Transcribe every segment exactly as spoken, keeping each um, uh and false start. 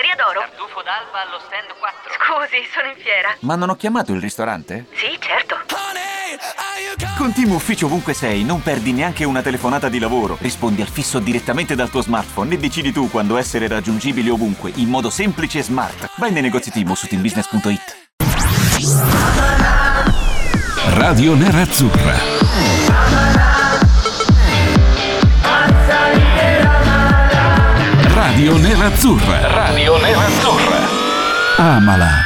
Storia d'oro. Tartufo d'alba allo stand quattro. Scusi, sono in fiera. Ma non ho chiamato il ristorante? Sì, certo. Con Team Ufficio ovunque sei, non perdi neanche una telefonata di lavoro. Rispondi al fisso direttamente dal tuo smartphone e decidi tu quando essere raggiungibile ovunque, in modo semplice e smart. Vai nei negozi Team o su team business punto it. Radio Nerazzurra. Radio Nerazzurra. Radio Nerazzurra. Amala.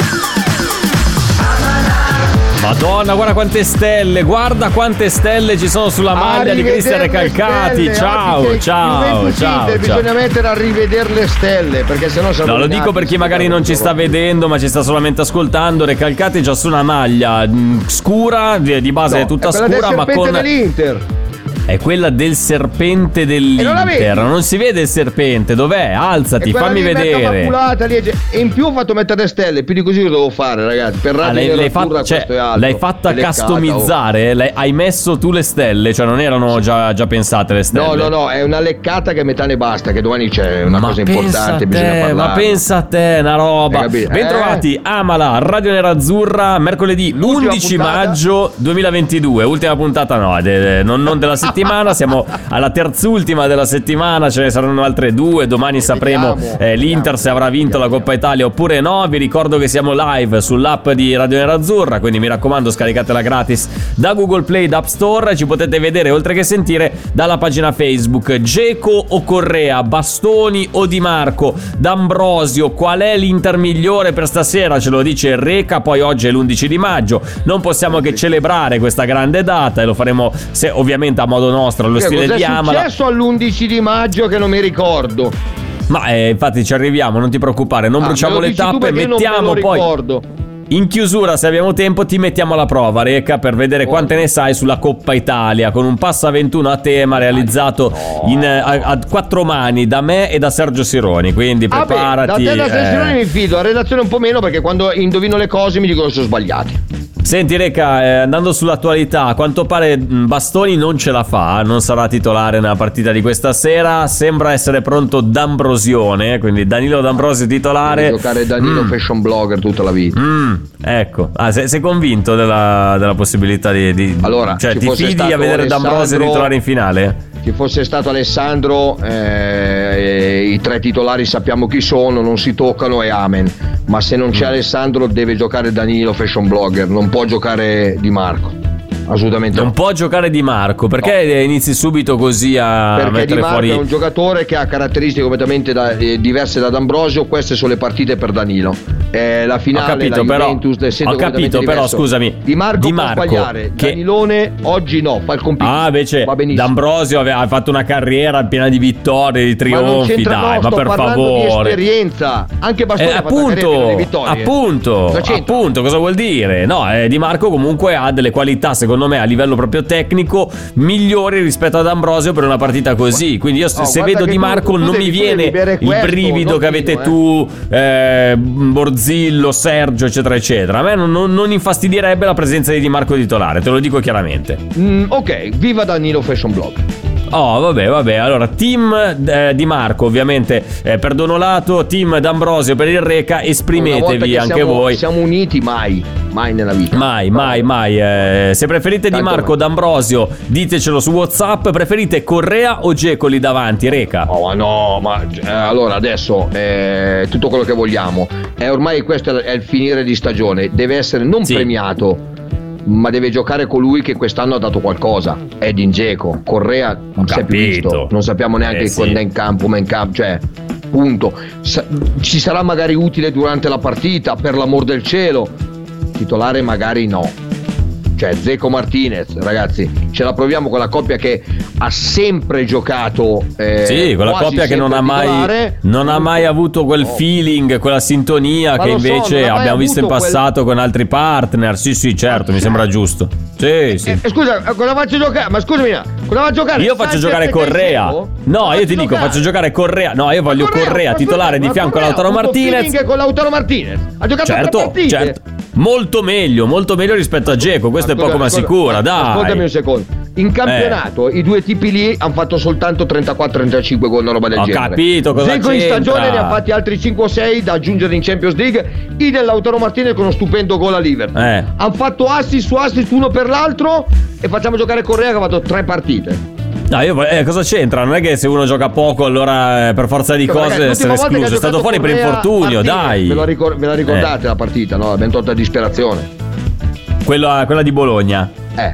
Madonna, guarda quante stelle, guarda quante stelle ci sono sulla maglia di Cristian Recalcati. Ciao, ciao, ciao. Bisogna mettere a rivedere le stelle, perché sennò siamo. No, lo dico per chi magari non ci sta vedendo, ma ci sta solamente ascoltando. Recalcati già su una maglia mh, scura, di, di base No, è tutta è quella scura, del ma con dell'Inter. È quella del serpente dell'Inter. Non, non si vede il serpente, dov'è? Alzati, fammi vedere. Lì, e in più ho fatto mettere le stelle, più di così lo devo fare, ragazzi. Per ah, l'hai, l'hai, fatta, cioè, l'hai fatta customizzare? L'hai, hai messo tu le stelle? Cioè non erano già, già pensate le stelle? No, no, no, è una leccata che metà ne basta, che domani c'è una ma cosa importante, te, bisogna parlare. Ma pensa a te, una roba. Bentrovati, eh? Amala, Radio Nerazzurra, mercoledì l'ultima undici puntata. Maggio duemilaventidue. Ultima puntata no, de, de, non, non della settimana, siamo alla terzultima della settimana, ce ne saranno altre due. Domani sapremo eh, l'Inter se avrà vinto la Coppa Italia oppure no. Vi ricordo che siamo live sull'app di Radio Nerazzurra, quindi mi raccomando scaricatela gratis da Google Play, da App Store. Ci potete vedere oltre che sentire dalla pagina Facebook. Dzeko o Correa, Bastoni o Di Marco, D'Ambrosio, qual è l'Inter migliore per stasera? Ce lo dice Reca. Poi oggi è l'undici di maggio, non possiamo che celebrare questa grande data e lo faremo se, ovviamente a modo nostro, allo stile di Amala. Cos'è successo all'undici di maggio che non mi ricordo? Ma eh, infatti ci arriviamo, non ti preoccupare, non ah, bruciamo le tappe, mettiamo poi ricordo. In chiusura, se abbiamo tempo, ti mettiamo alla prova, Reca, per vedere oh. quante ne sai sulla Coppa Italia, con un passo a ventuno a tema realizzato no. in, a, a quattro mani da me e da Sergio Sironi, quindi ah preparati. Beh, da te da Sergio eh. Sironi mi fido, a redazione un po' meno, perché quando indovino le cose mi dicono che sono sbagliate. Senti Reca, eh, andando sull'attualità, a quanto pare Bastoni non ce la fa, non sarà titolare nella partita di questa sera. Sembra essere pronto D'Ambrosione, quindi Danilo D'Ambrosio titolare. Deve giocare Danilo mm. fashion blogger tutta la vita. Mm. Ecco, ah, sei, sei convinto della, della possibilità di, di allora, cioè ti fidi a vedere D'Ambrosio titolare in finale? Ci fosse stato Alessandro, eh, i tre titolari sappiamo chi sono, non si toccano e amen. Ma se non c'è mm. Alessandro deve giocare Danilo fashion blogger, non può giocare Di Marco. Assolutamente non no. può giocare Di Marco, perché no. inizi subito così a perché mettere Di Marco fuori? È un giocatore che ha caratteristiche completamente da, eh, diverse da D'Ambrosio. Queste sono le partite per Danilo. Eh, la finale, ho capito, la però, Juventus, ho capito però scusami, Di Marco, Di Marco può sbagliare, che... Danilone oggi no, fa il compito. Ah, invece D'Ambrosio ha fatto una carriera piena di vittorie, di trionfi, ma dai, no, ma per favore. Di esperienza, anche Bastoni eh, ha fatto una carriera piena di vittorie. Appunto, appunto, cosa vuol dire? No, eh, Di Marco comunque ha delle qualità, secondo me, a livello proprio tecnico migliori rispetto ad Ambrosio per una partita così. Quindi io se, oh, se vedo Di Marco tu, tu non mi viene il questo, Dovino, brivido che avete eh. tu, eh, Borzillo, Sergio, eccetera eccetera. A me non, non, non infastidirebbe la presenza di Di Marco titolare, te lo dico chiaramente. mm, Ok, viva Danilo fashion blog. Oh, vabbè, vabbè. Allora, team eh, Di Marco, ovviamente, eh, per Donolato, team D'Ambrosio per il Reca. Esprimetevi anche siamo, voi. Siamo uniti mai, mai nella vita. Mai, mai, mai. Eh, se preferite Tanto Di Marco o D'Ambrosio, ditecelo su WhatsApp. Preferite Correa o Dzeko lì davanti, Reca? Oh, no, ma eh, allora adesso eh, tutto quello che vogliamo. È ormai questo è il finire di stagione. Deve essere non sì. premiato, ma deve giocare colui che quest'anno ha dato qualcosa. Edin Dzeko, Correa non si è più visto, non sappiamo neanche eh, quando sì. è in campo, ma in campo, cioè punto. Sa- ci sarà magari utile durante la partita, per l'amor del cielo. Titolare magari no. Cioè Dzeko Martinez, ragazzi, ce la proviamo con la coppia che ha sempre giocato eh, sì, quella coppia che non ha mai non ha mai avuto quel oh. feeling, quella sintonia ma che invece so, abbiamo visto in passato quel... con altri partner. Sì, sì, certo, mi sembra giusto. Sì, sì. Eh, scusa, cosa faccio giocare? Ma scusami, cosa faccio giocare? Io faccio giocare Correa. No, io ti dico, giocare? faccio giocare Correa. No, io voglio Correa, Correa titolare di fianco a Lautaro Martinez. Con Lautaro Martinez. Ha giocato certo, tre partite. Certo. Molto meglio, molto meglio rispetto a Dzeko. Questo ascolta, è poco ma sicura, dai. Ascoltami un secondo. In campionato eh. i due tipi lì hanno fatto soltanto trentaquattro trentacinque gol, una roba del Ho genere. Ho capito cosa Dzeko c'entra. in stagione ne ha fatti altri cinque o sei da aggiungere in Champions League. Idem Lautaro Martinez con uno stupendo gol a Liverpool. Eh. Hanno fatto assist su assist uno per l'altro e facciamo giocare Correa che ha fatto tre partite. No, io, eh, cosa c'entra? Non è che se uno gioca poco allora eh, per forza di cose deve essere escluso. È stato fuori per infortunio, dai. Ve la, ricor- ve la ricordate eh. la partita, no? L'abbiamo tolta a disperazione. Quella, quella di Bologna. Eh,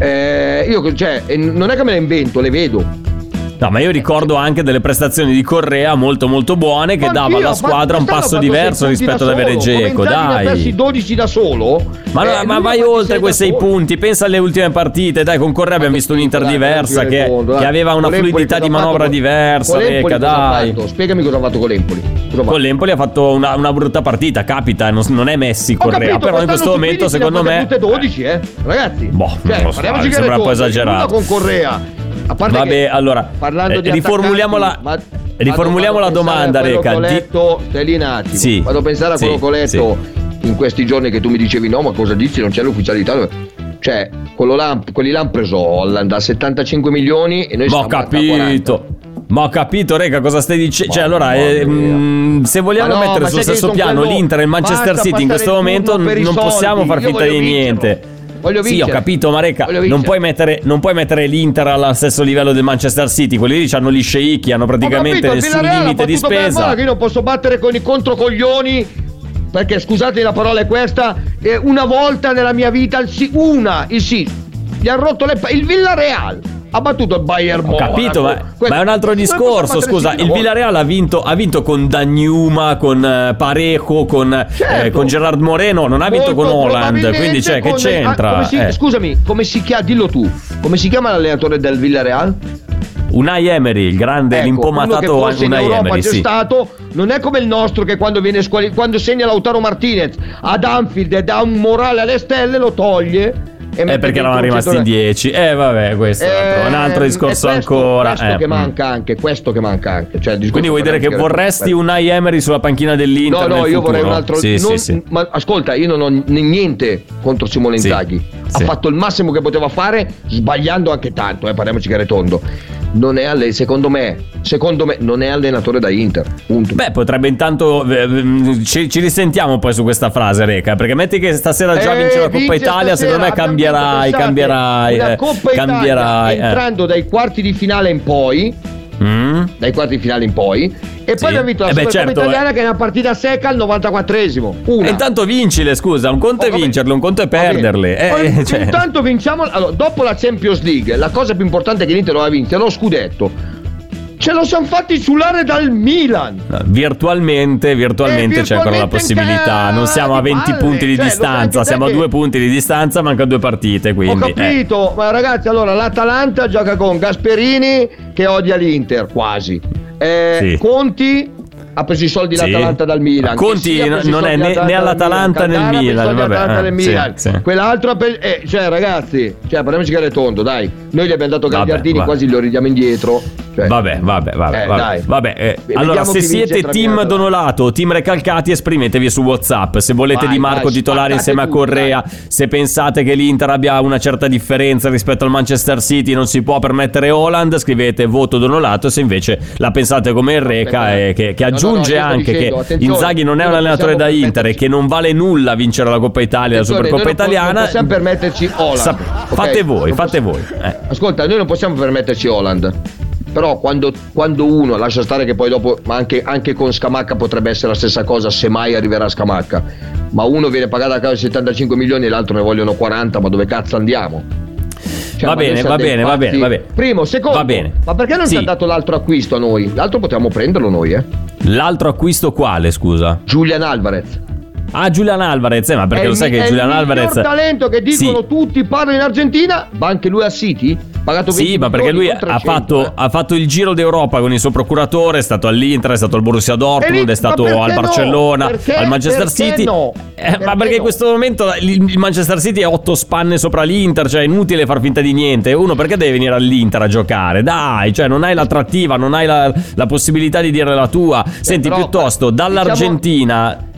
eh io cioè non è che me le invento, le vedo. No, ma io ricordo anche delle prestazioni di Correa molto molto buone che dava alla squadra un passo diverso rispetto ad avere Dzeko, dai. Ne ha persi dodici da solo. Ma, eh, ma vai oltre quei sei punti, pensa alle ultime partite, dai, con Correa abbiamo visto un'Inter diversa che, che aveva una fluidità di manovra diversa, Reca, dai. Spiegami cosa ha fatto con l'Empoli. Con l'Empoli ha fatto una, una brutta partita, capita, non, non è Messi Correa, però in questo momento secondo me dodici, eh, ragazzi. Boh, non lo so, sembra un po' esagerato. Con Correa. Vabbè, allora parlando di riformuliamo la ma, riformuliamo la domanda, Reca. Ho letto, stai lì un attimo. Sì, vado a pensare a quello sì, che ho letto sì. in questi giorni che tu mi dicevi no, ma cosa dici? Non c'è l'ufficialità. Cioè, quello là, quelli là hanno preso Holland a settantacinque milioni e noi siamo a quaranta. Ma ho capito, Reca, cosa stai dicendo? Cioè, allora, eh, mh, se vogliamo no, mettere sullo stesso piano quello, l'Inter e il Manchester City in questo momento non possiamo soldi. far finta di niente. Sì, ho capito, ma Reca, non puoi, mettere, non puoi mettere l'Inter allo stesso livello del Manchester City. Quelli lì hanno gli sceicchi, hanno praticamente nessun limite di spesa. Che io non posso battere con i controcoglioni, perché scusate la parola è questa, eh, una volta nella mia vita, il sì, una, il sì, gli ha rotto le il Villarreal. Ha battuto il Bayern Monaco. Ho capito, ma, ma è un altro discorso. Scusa, il Villarreal ha vinto, ha vinto con Danjuma, con uh, Parejo, con, certo. eh, con Gerard Moreno. Non ha vinto Molto con Holland. Quindi, cioè, che c'entra? Ah, come si, eh. Scusami, come si chiama? Dillo tu. Come si chiama l'allenatore del Villarreal? Unai Emery, il grande, ecco, l'impomatato Unai in Europa Emery. C'è sì. stato, non è come il nostro che quando viene squali- quando segna Lautaro Martinez ad Anfield e dà un morale alle stelle, lo toglie. È eh perché erano rimasti in dieci. Eh vabbè, questo è un altro, un altro discorso questo, ancora. Questo eh. che manca anche, questo che manca anche. Cioè, quindi vuoi dire che vorresti Unai Emery sulla panchina dell'Inter? No, no, io futuro? vorrei un altro. Sì, non, sì, sì. Ma ascolta, io non ho niente contro Simone Inzaghi. Sì, ha sì. fatto il massimo che poteva fare, sbagliando anche tanto, eh, parliamoci chiaro e tondo. Non è alle, secondo me, secondo me non è allenatore da Inter. Punto. Beh, potrebbe intanto eh, ci, ci risentiamo poi su questa frase, Reca, perché metti che stasera già eh, vince la Coppa Italia, secondo me cambierai, cambierai, una eh, Coppa cambierai, Italia, entrando eh. dai quarti di finale in poi, mm. dai quarti di finale in poi. E poi sì. abbiamo vinto la eh beh, Supercoppa certo, italiana eh. che è una partita secca al novantaquattresimo. Una. E intanto vincile, scusa, un conto oh, è vincerle, un conto è perderle. Eh, cioè. Intanto vinciamo. Allora, dopo la Champions League, la cosa più importante che l'Inter lo ha vinto è lo scudetto. Ce lo siamo fatti ciulare dal Milan. No, virtualmente, virtualmente, eh, c'è ancora la possibilità. Non siamo a venti palle, punti di cioè, distanza, siamo che... a due punti di distanza, mancano due partite. Quindi, ho capito, eh. ma ragazzi, allora l'Atalanta gioca con Gasperini che odia l'Inter quasi. Eh, sì. Conti ha preso i soldi sì. l'Atalanta dal Milan. Conti non è né, né all'Atalanta né nel Milan. Vabbè, eh, Milan. Sì, sì. Quell'altro, eh, cioè ragazzi, cioè parliamoci che è tondo, dai. Noi gli abbiamo dato Gagliardini, vabbè, quasi lo ridiamo indietro. Cioè, vabbè, vabbè, vabbè. Eh, vabbè, dai. vabbè eh. Allora, se siete team Donolato o team Recalcati, esprimetevi su WhatsApp. Se volete vai, Di Marco vai, titolare insieme a Correa, dai. Se pensate che l'Inter abbia una certa differenza rispetto al Manchester City, non si può permettere Haaland, scrivete voto Donolato. Se invece la pensate come il Reca, no, eh, che, che aggiunge no, no, anche dicendo, che Inzaghi non è un allenatore da Inter e che non vale nulla vincere la Coppa Italia, la Supercoppa Italiana. Non possiamo permetterci Haaland. Sa- okay? Fate voi, non fate voi. Eh. Ascolta, noi non possiamo permetterci Haaland. Però quando, quando uno lascia stare che poi dopo, ma anche, anche con Scamacca potrebbe essere la stessa cosa, se mai arriverà Scamacca, ma uno viene pagato a casa settantacinque milioni e l'altro ne vogliono quaranta, ma dove cazzo andiamo? Cioè, va, bene, va, bene, va bene, va bene. Primo, secondo, va bene. Ma perché non sì. ci hanno dato l'altro acquisto a noi? L'altro potevamo prenderlo noi, eh? L'altro acquisto quale, scusa? Julian Alvarez. Ah, Julian Alvarez, eh, ma perché è lo sai il, che Julian Alvarez è il talento che dicono sì. tutti, parla in Argentina, va anche lui a City? Pagato sì, ma perché lui ha fatto, eh. ha fatto il giro d'Europa con il suo procuratore, è stato all'Inter, è stato al Borussia Dortmund, lì, è stato al Barcellona, no? perché, al Manchester City. No? Eh, perché ma perché no? in questo momento il Manchester City è otto spanne sopra l'Inter, cioè è inutile far finta di niente. Uno, perché deve venire all'Inter a giocare? Dai, cioè non hai l'attrattiva, non hai la, la possibilità di dire la tua. Senti, però, piuttosto dall'Argentina... Diciamo...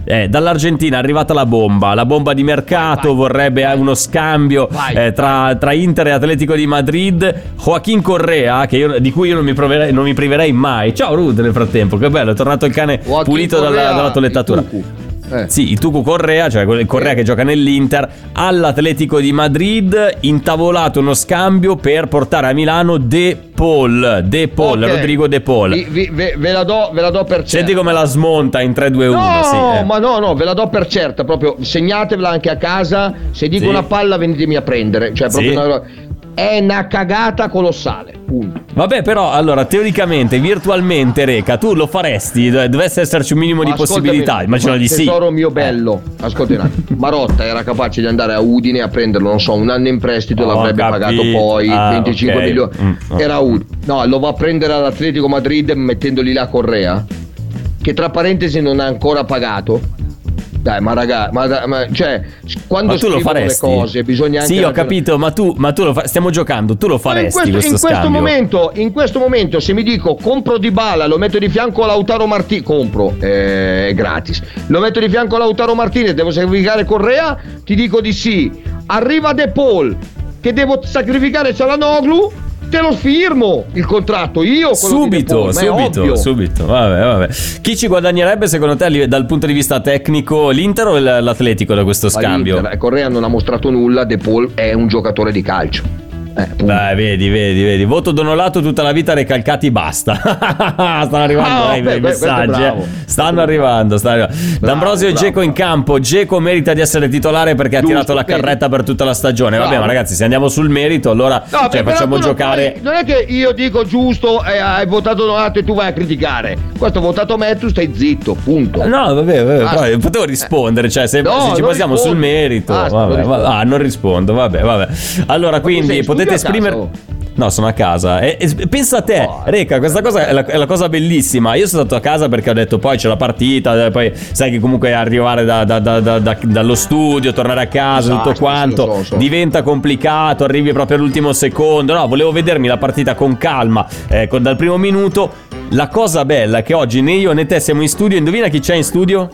eh, dall'Argentina è arrivata la bomba, la bomba di mercato, vai, vai, vorrebbe vai. uno scambio eh, tra, tra Inter e Atletico di Madrid. Joaquín Correa, che io, di cui io non mi, proverei, non mi priverei mai. Ciao Rude, nel frattempo, che bello, è tornato il cane Joaquín pulito Correa, dalla, dalla toilettatura. Eh. Sì, il Tucu Correa, cioè il Correa eh. che gioca nell'Inter, all'Atletico di Madrid, intavolato uno scambio per portare a Milano De Paul, De Paul, okay. Rodrigo De Paul. Vi, vi, ve, ve, la do, ve la do per certa. Senti come la smonta in tre due uno. No, sì, eh. ma no, no, ve la do per certa, proprio segnatevela anche a casa, se dico sì. una palla venitemi a prendere, cioè proprio sì. una... è una cagata colossale, punto. Vabbè, però allora teoricamente, virtualmente, Reca, tu lo faresti? Dovesse esserci un minimo ma di possibilità, immagino di sì. Tesoro mio bello, ascolta un attimo. Marotta era capace di andare a Udine a prenderlo, non so, un anno in prestito, oh, l'avrebbe capito. pagato poi ah, venticinque okay. milioni. Mm, era Udine. No, lo va a prendere all'Atletico Madrid mettendoli là Correa, che tra parentesi non ha ancora pagato. Dai, ma raga, ma, ma cioè, quando ma tu lo faresti? Le cose bisogna anche sì, ho capito, ma tu, ma tu lo fa- stiamo giocando, tu lo faresti in questo, questo in questo momento, in questo momento, se mi dico compro Dybala, lo metto di fianco a Lautaro Martinez, compro, è eh, gratis. Lo metto di fianco a Lautaro Martinez, devo sacrificare Correa, ti dico di sì. Arriva De Paul, che devo sacrificare Çalhanoğlu. Te lo firmo il contratto io subito, Paul, subito, subito. Vabbè, vabbè. Chi ci guadagnerebbe secondo te dal punto di vista tecnico, l'Inter o l'Atletico da questo scambio? L'Inter. Correa non ha mostrato nulla, De Paul è un giocatore di calcio. Eh, Dai, vedi, vedi, vedi. Voto Donolato tutta la vita, recalcati, basta. Stanno arrivando ah, i beh, messaggi. Eh. Stanno arrivando, stanno arrivando. Bravo, D'Ambrosio e Dzeko in campo. Dzeko merita di essere titolare perché Giusto, ha tirato la carretta per tutta la stagione. Bravo. Vabbè, ma ragazzi, se andiamo sul merito, allora no, cioè, facciamo giocare. Non, non è che io dico giusto e eh, hai votato Donato e tu vai a criticare. Questo ho votato me, tu stai zitto, punto. No, vabbè, vabbè ah, però potevo rispondere, cioè se, no, se ci basiamo sul merito. Ah, vabbè, non ah, non rispondo, vabbè, vabbè. Allora, quindi potete esprimere. No, sono a casa. E, e pensa a te, oh, Reca, questa cosa è la, è la cosa bellissima. Io sono stato a casa perché ho detto poi c'è la partita, poi sai che comunque arrivare da, da, da, da, da, dallo studio, tornare a casa, esatto, tutto quanto so, so. diventa complicato, arrivi proprio all'ultimo secondo. No, volevo vedermi la partita con calma, eh, con, dal primo minuto. La cosa bella è che oggi né io né te siamo in studio. Indovina chi c'è in studio?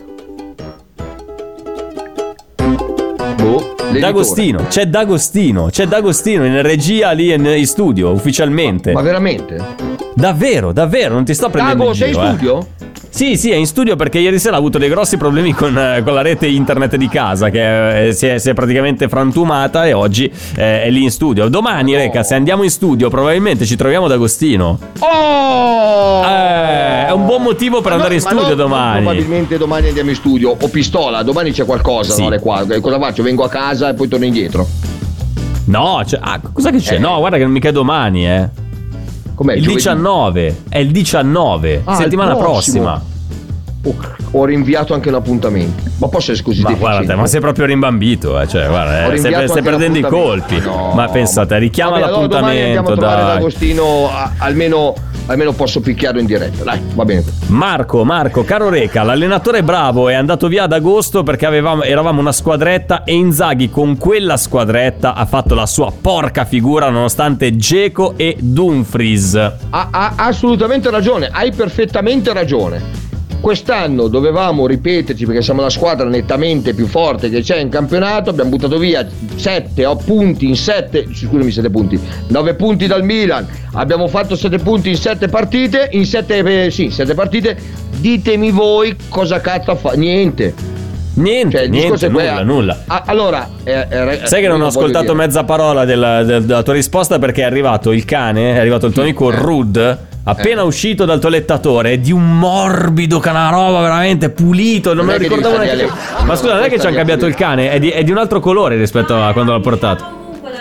Boh. D'Agostino, c'è D'Agostino, c'è D'Agostino in regia lì in, in studio ufficialmente. Ma, ma veramente? Davvero, davvero, non ti sto prendendo Dago, in giro. sei in studio? Eh. Sì, sì, è in studio perché ieri sera ha avuto dei grossi problemi con, eh, con la rete internet di casa che eh, si, è, si è praticamente frantumata e oggi eh, è lì in studio. Domani, no. Reca, se andiamo in studio probabilmente ci troviamo D'Agostino. Oh! Eh, è un buon motivo per ma andare no, in studio no, domani. Probabilmente domani andiamo in studio. O pistola, domani c'è qualcosa, sì. no? Le qua. Cosa faccio? Vengo a casa e poi torno indietro. No, cioè, ah, cosa che c'è? Eh. No, guarda che non mica è domani, eh. Com'è, il diciannove, è il diciannove, ah, settimana prossima. Oh, ho rinviato anche l'appuntamento. Ma posso essere così ma deficiente? Guarda, ma sei proprio rimbambito, eh. Cioè, guarda, eh, stai, stai perdendo i colpi. No, ma pensate, richiama vabbè, l'appuntamento. Domani andiamo a trovare D'Agostino, almeno, almeno posso picchiarlo in diretta. Dai, va bene. Marco, Marco, caro Reca, l'allenatore bravo è andato via ad agosto perché avevamo, eravamo una squadretta e Inzaghi con quella squadretta ha fatto la sua porca figura nonostante Dzeko e Dumfries. Ha, ha assolutamente ragione, hai perfettamente ragione. Quest'anno dovevamo ripeterci perché siamo la squadra nettamente più forte che c'è in campionato. Abbiamo buttato via sette punti in sette, scusami, sette punti, nove punti dal Milan. Abbiamo fatto sette punti in sette partite, in sette, eh, sì, sette partite. Ditemi voi cosa cazzo ha fatto? Niente. Niente, cioè, niente, nulla, è, nulla. A, allora, eh, eh, sai che non ho ascoltato dire. mezza parola della, della tua risposta perché è arrivato il cane, è arrivato il tuo amico eh. Rud. Appena eh. uscito dal toilettatore, di un morbido canarova veramente pulito. Non, non me lo ricordavo neanche. Ma scusa, non è che ci hanno cambiato il cane, è di, è di un altro colore rispetto a quando l'ha portato.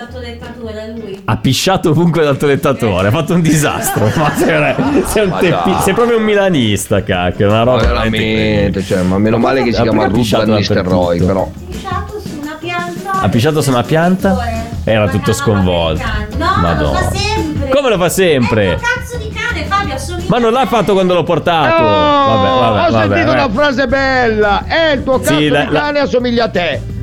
Ha pisciato ovunque dal toilettatore, ha fatto un disastro. Ma sei, sei, un tepi, sei proprio un milanista, cacchio. Una roba ma veramente, cioè, ma meno ma male che si chiama Ruud Van Nistelrooy, però. Pisciato su una pianta. Ha pisciato su una pianta? Era tutto sconvolto. No, Madonna. Lo fa sempre. Come lo fa sempre? È un cazzo di cane, Fabio, assomiglia. Ma non l'ha fatto quando l'ho portato. Oh, vabbè, vabbè, ho vabbè, sentito vabbè. una frase bella. Eh, il tuo cazzo sì, di la, cane la... assomiglia a te.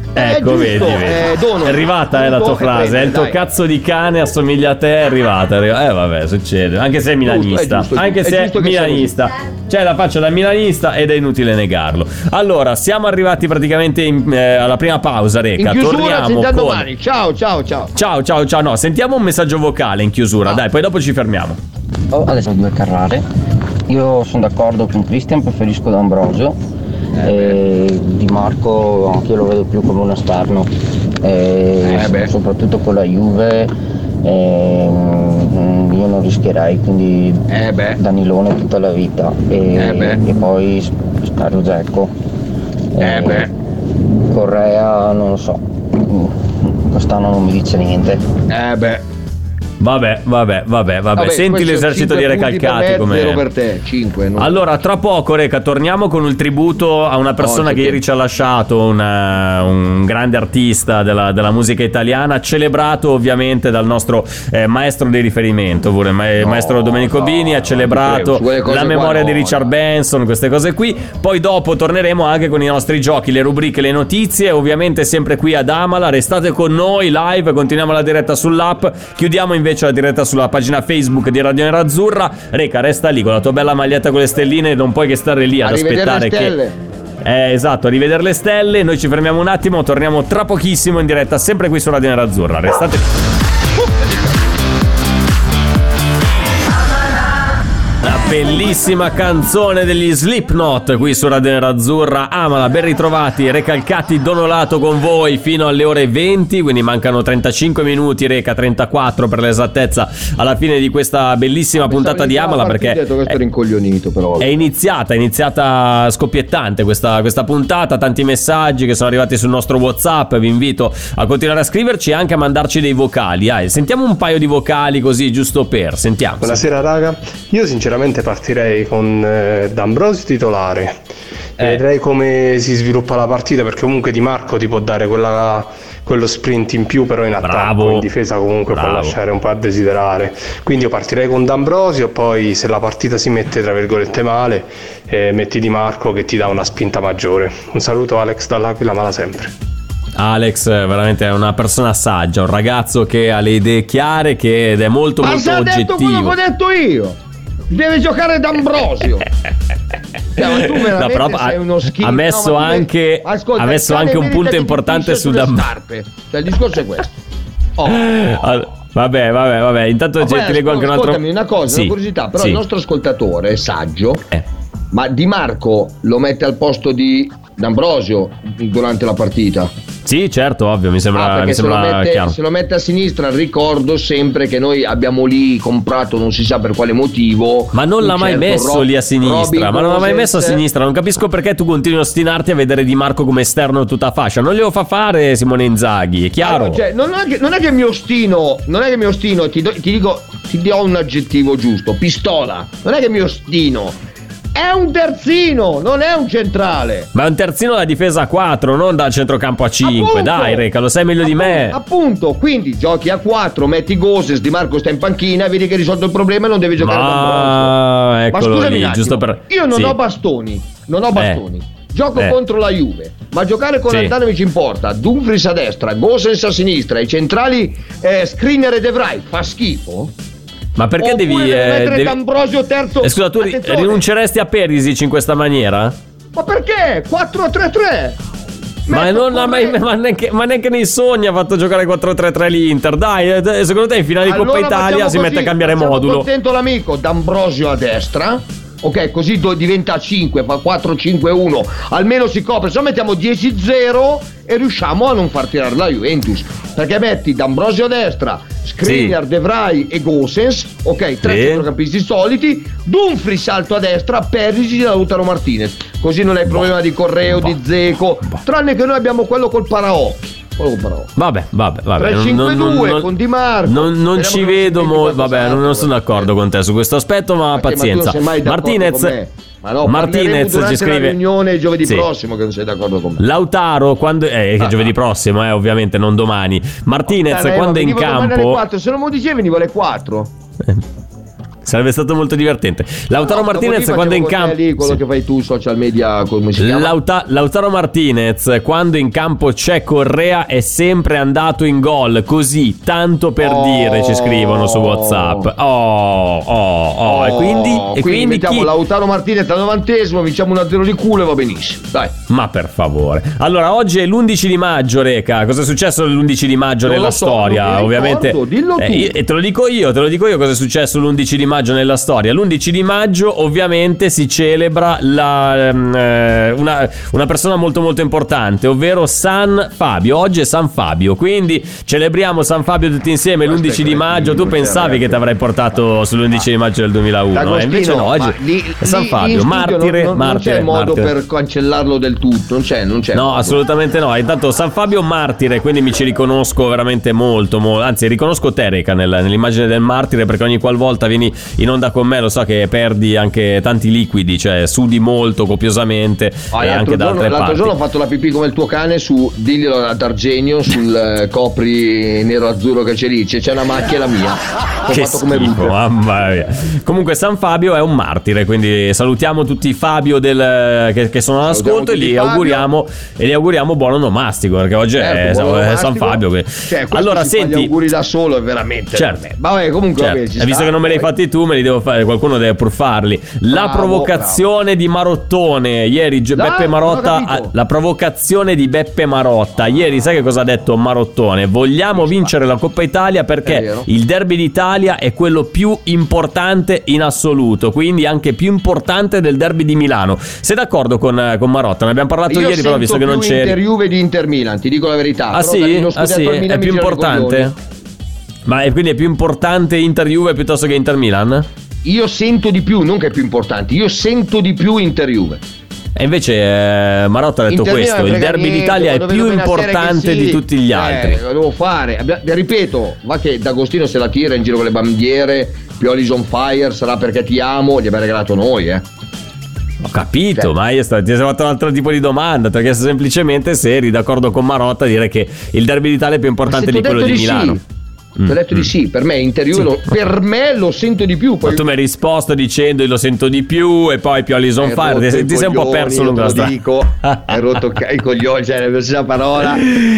Ecco, vedi, vedi. Eh, dono. È arrivata eh, la tua frase. È il tuo dai. cazzo di cane, assomiglia a te. È arrivata. È arrivata. Eh, vabbè, succede. Anche se è milanista. Giusto, è giusto, Anche è se è giusto che milanista. C'è la faccia da milanista ed è inutile negarlo. Allora, siamo arrivati praticamente in, eh, alla prima pausa, Reca. In chiusura, Torniamo ci sentiamo con... domani. Ciao, ciao, ciao. Ciao, ciao, ciao. No, sentiamo un messaggio vocale in chiusura. Ah. Dai, poi dopo ci fermiamo. Oh, adesso due Carrare. Io sono d'accordo con Christian, preferisco D'Ambrosio. Eh, Di Marco anche io lo vedo più come un esterno. Eh, Eh soprattutto con la Juve. Eh, io non rischierei, quindi Eh beh. Danilone tutta la vita. E, Eh beh. e poi spero Zecco. Eh beh. Correa non lo so. Quest'anno non mi dice niente. Eh beh. Vabbè, vabbè, vabbè, vabbè. Vabbè, Senti questo l'esercito di cinque punti per Recalcati me, come... zero per te, cinque. No? Allora, tra poco, Reca, torniamo con il tributo a una persona Oh, che ieri ci ha lasciato, una, un grande artista della, della musica italiana, celebrato ovviamente dal nostro eh, maestro di riferimento, pure, ma- No, maestro Domenico no, Bini, ha celebrato prego, su quelle cose la qua memoria no, di Richard no. Benson, queste cose qui. Poi dopo torneremo anche con i nostri giochi, le rubriche, le notizie, ovviamente sempre qui ad Amala. Restate con noi live, continuiamo la diretta sull'app, chiudiamo invece la diretta sulla pagina Facebook di Radio Nerazzurra. Reca, resta lì con la tua bella maglietta con le stelline, non puoi che stare lì ad A rivedere aspettare le stelle. che... Eh, esatto, a rivedere le stelle. Noi ci fermiamo un attimo, torniamo tra pochissimo in diretta, sempre qui su Radio Nerazzurra. Restate lì. La bellissima canzone degli Slipknot qui su Radio Nerazzurra. Amala, ben ritrovati, Recalcati Donolato con voi fino alle ore venti, quindi mancano trentacinque minuti, Reca, trentaquattro per l'esattezza, alla fine di questa bellissima puntata di Amala, perché detto questo è, rincoglionito però. è iniziata, è iniziata scoppiettante questa, questa puntata, tanti messaggi che sono arrivati sul nostro WhatsApp, vi invito a continuare a scriverci e anche a mandarci dei vocali. Dai, sentiamo un paio di vocali così giusto per, sentiamo. Buonasera raga, io sinceramente partirei con eh, D'Ambrosio titolare. Eh. Vedrei come si sviluppa la partita, perché comunque Di Marco ti può dare quella, quello sprint in più, però in attacco, Bravo. in difesa comunque Bravo. può lasciare un po' a desiderare. Quindi io partirei con D'Ambrosio, poi se la partita si mette tra virgolette male, eh, metti Di Marco che ti dà una spinta maggiore. Un saluto Alex dall'Aquila, mala sempre. Alex veramente è una persona saggia, un ragazzo che ha le idee chiare, che ed è molto Ma molto se ha detto quello oggettivo. che ho detto io. Deve giocare D'Ambrosio. Cioè, ma tu veramente No, però sei ha- uno schifo. ha messo No, ma tu anche- vedi- ascolta, ha messo il cane anche un merita punto di importante pisce su sulle D'Am- scarpe. Cioè, il discorso è questo. Oh. Al- Vabbè, vabbè, vabbè. Intanto Ma ti poi, ti leggo anche un altro. ascoltami una cosa, Sì, una curiosità, però sì. il nostro ascoltatore è saggio. Eh. Ma Di Marco lo mette al posto di D'Ambrosio durante la partita? Sì, certo, ovvio, mi sembra, Ah, perché mi se, lo sembra mette, chiaro. se lo mette a sinistra, ricordo sempre che noi abbiamo lì comprato non si sa per quale motivo. Ma non un l'ha mai certo messo Rob- lì a sinistra. Robin Ma non l'ha mai Gosens. messo a sinistra. Non capisco perché tu continui a ostinarti a vedere Di Marco come esterno tutta fascia. Non glielo fa fare Simone Inzaghi, è chiaro. Allora, cioè, non, è che, non è che mi ostino, non è che mi ostino, ti, do- ti dico, ti do un aggettivo giusto, pistola. Non è che mi ostino. È un terzino, non è un centrale. Ma è un terzino da difesa a quattro, non da centrocampo a cinque. Appunto. Dai, Reca, lo sai meglio di me. Appunto, quindi giochi a quattro, metti Gosens, Di Marco sta in panchina, vedi che hai risolto il problema e non devi giocare Ma D'Ambrosio. eccolo scusami lì, un attimo, giusto per. io non sì. ho bastoni, non ho bastoni. Gioco Eh. contro la Juve, ma giocare con Sì. Andanovic in porta, Dumfries a destra, Gosens a sinistra, i centrali eh, Skriniar e De Vrij, fa schifo? Ma perché Oppure devi. devo eh, mettere devi- D'Ambrosio terzo? Eh, scusa, tu ri- Attenzione. rinunceresti a Perisic in questa maniera? Ma perché? quattro tre tre. Ma, Metto non ha mai, Correa. ma, neanche, ma neanche nei sogni ha fatto giocare quattro tre tre l'Inter. Dai, eh, secondo te in finale di Coppa Allora Italia facciamo si così, mette a cambiare facciamo modulo? contento l'amico, D'Ambrosio a destra. Ok, così do- diventa cinque, fa quattro cinque uno. Almeno si copre, se no mettiamo dieci zero e riusciamo a non far tirare la Juventus. Perché metti D'Ambrosio a destra, Skriniar, Sì. De Vrij e Gosens. Ok, tre Sì. centrocampisti soliti. Dumfries alto a destra, Perisic e Lautaro Martinez. Così non hai problema di Correo, di Zeco. Tranne che noi abbiamo quello col paraocchi. Quello col paraocchi. Vabbè, vabbè, vabbè. tre non- cinque non- due non- con Di Marco. Non, non Speriamo ci che non vedo si molto. senti Vabbè, non, non sono d'accordo con te su questo aspetto, ma Perché, ma tu pazienza. non sei mai d'accordo Martinez. con me. Ma no, Martinez parleremo ci durante la scrive. riunione giovedì Sì. prossimo che non sei d'accordo con me. Lautaro quando eh, che giovedì prossimo, eh, ovviamente non domani. Martinez Eh, quando è in venivo domani alle campo. quattro, se non me lo dicevi venivo alle quattro. Sarebbe stato molto divertente. Lautaro no, Martinez quando in campo lì, quello sì. che fai tu social media, come si chiama? Lauta- Lautaro Martinez quando in campo c'è Correa è sempre andato in gol, così tanto per oh. dire, ci scrivono su WhatsApp. Oh, oh, oh, oh. E quindi, e quindi, quindi mettiamo chi... Lautaro Martinez al novantesimo, vinciamo uno a zero di culo e va benissimo. Dai. Ma per favore. Allora, oggi è l'undici di maggio, Reca. Cosa è successo l'undici di maggio non nella so, storia? Ovviamente. Dillo tu. Eh, e te lo dico io, te lo dico io cosa è successo l'undici di maggio nella storia. L'undici di maggio ovviamente si celebra la, eh, una, una persona molto molto importante, ovvero San Fabio. Oggi è San Fabio, quindi celebriamo San Fabio tutti insieme l'undici di maggio. Tu pensavi che ti avrei portato sull'undici di maggio del duemilauno, eh? Invece no, oggi lì, è San lì Fabio, martire, non, non, martire, non c'è modo martire. per cancellarlo del tutto, non c'è, non c'è No, modo. assolutamente no. Intanto San Fabio martire, quindi mi ci riconosco veramente molto, molto. Anzi, riconosco te, Reca, nel, nell'immagine del martire, perché ogni qualvolta vieni in onda con me lo so che perdi anche tanti liquidi, cioè sudi molto copiosamente ah, e anche da altre giorno, l'altro parti. giorno ho fatto la pipì come il tuo cane su, diglielo ad Argenio, sul eh, copri nero azzurro che c'è lì, c'è, c'è una macchia la mia. Ho Che fatto come schifo, buco. mamma mia. Comunque San Fabio è un martire, quindi salutiamo tutti i Fabio del, che, che sono all'ascolto e gli auguriamo e gli auguriamo buon onomastico, perché oggi certo, è, è San Fabio. Che... Cioè, allora si fa senti, gli auguri da solo è veramente certo. vabbè, comunque certo. vabbè, ci e visto sta, che non me li hai poi. fatti tu, me li devo fare, qualcuno deve pur farli. La Bravo, provocazione bravo. di Marottone ieri, Gi- Dai, Beppe non ho Marotta, capito. la provocazione di Beppe Marotta ieri, sai che cosa ha detto Marottone? Vogliamo vincere la Coppa Italia È perché vero. il derby d'Italia è quello più importante in assoluto, quindi anche più importante del derby di Milano. Sei d'accordo con, con Marotta? Ne abbiamo parlato Io ieri, però visto che non più c'eri. Inter Juve di Inter Milan, ti dico la verità. Ah però sì? dargli lo Ah scudetto sì? al Milan È mi più gira i importante? coglioni. Ma è quindi è più importante Inter Juve piuttosto che Inter Milan? Io sento di più, non che è più importante, io sento di più Inter Juve. E invece eh, Marotta ha detto Inter questo: Milan il frega derby niente, d'Italia è quando più vedo bene a serie importante che sì, di tutti gli eh, altri. Lo devo fare. Abbia- ripeto, va che D'Agostino se la tira in giro con le bandiere, Pioli's on fire, sarà perché ti amo, gli abbiamo regalato noi, eh. Ho capito, Cioè. ma io sto, ti ho fatto un altro tipo di domanda. Ti ho chiesto semplicemente se eri d'accordo con Marotta a dire che il derby d'Italia è più importante Ma se di t'ho quello detto di di Milano. sì. Ti ho detto Mm, di sì, per me Inter Juve Sì. lo, per me lo sento di più. Poi Ma tu mi hai risposto dicendo lo sento di più e poi Pioli's on hai fire. rotto Ti, i ti sei un po' coglioni, perso io lungo te la lo strada. dico, hai rotto i coglioni, cioè la stessa parola.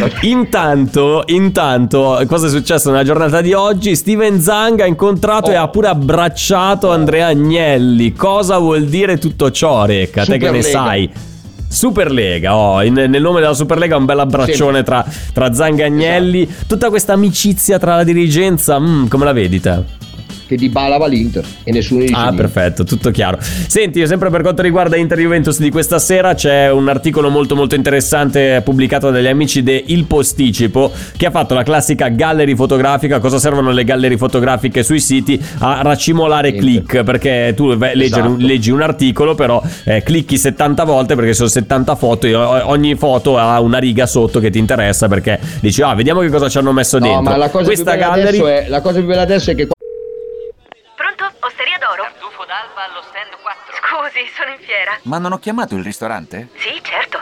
Intanto, intanto, cosa è successo nella giornata di oggi? Steven Zang ha incontrato Oh. e ha pure abbracciato Andrea Agnelli. Cosa vuol dire tutto ciò, Recca? Te che ne Superlega. sai? Superlega, oh, in- nel nome della Superlega un bel abbraccione tra, tra Zang e Agnelli. Tutta questa amicizia tra la dirigenza, mm, come la vedi te? Che Dybala va all'Inter e nessuno dice Ah, niente. perfetto, tutto chiaro. Senti, sempre per quanto riguarda Inter Juventus di questa sera, c'è un articolo molto molto interessante pubblicato dagli amici di Il Posticipo, che ha fatto la classica gallery fotografica. Cosa servono le gallery fotografiche sui siti? A racimolare Niente. click, perché tu vai- leggi, Esatto. leggi un articolo, però eh, clicchi settanta volte perché sono settanta foto e o- ogni foto ha una riga sotto che ti interessa, perché dici ah, vediamo che cosa ci hanno messo No, dentro. ma la cosa Questa più bella gallery adesso è la cosa più bella adesso è che Pronto? Osteria d'oro? Tartufo d'alba allo stand quattro. Scusi, sono in fiera. Ma non ho chiamato il ristorante? Sì, certo.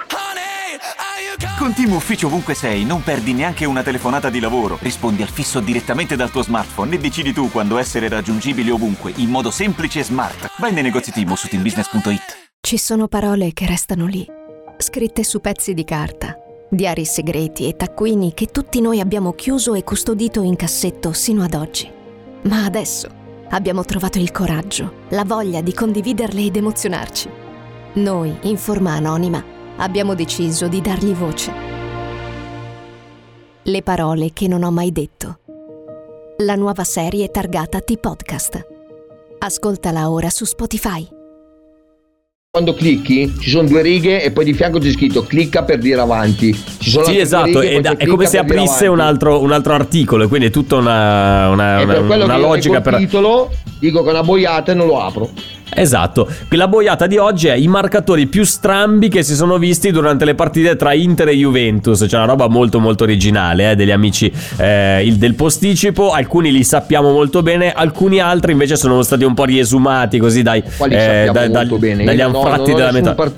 Con Team Ufficio ovunque sei, non perdi neanche una telefonata di lavoro. Rispondi al fisso direttamente dal tuo smartphone e decidi tu quando essere raggiungibile ovunque, in modo semplice e smart. Vai nei negozi Team o su team business punto it. Ci sono parole che restano lì, scritte su pezzi di carta, diari segreti e taccuini che tutti noi abbiamo chiuso e custodito in cassetto sino ad oggi. Ma adesso abbiamo trovato il coraggio, la voglia di condividerle ed emozionarci. Noi, in forma anonima, abbiamo deciso di dargli voce. Le parole che non ho mai detto. La nuova serie targata T-Podcast. Ascoltala ora su Spotify. quando clicchi ci sono due righe e poi di fianco c'è scritto clicca per dire avanti. Ci sono Sì, altre esatto, due righe, è, poi c'è è come clicca se per dire aprisse avanti. un altro, un altro articolo, e quindi è tutta una, una, E una, per quello una che io logica leggo il per... titolo dico che è una boiata e non lo apro. Esatto, la boiata di oggi è i marcatori più strambi che si sono visti durante le partite tra Inter e Juventus. C'è una roba molto molto originale eh, degli amici eh, il del posticipo. Alcuni li sappiamo molto bene, alcuni altri invece sono stati un po' riesumati così dai, Quali eh, sappiamo da- molto dagli- bene. dagli Io no, anfratti non ho della nessun metà. par-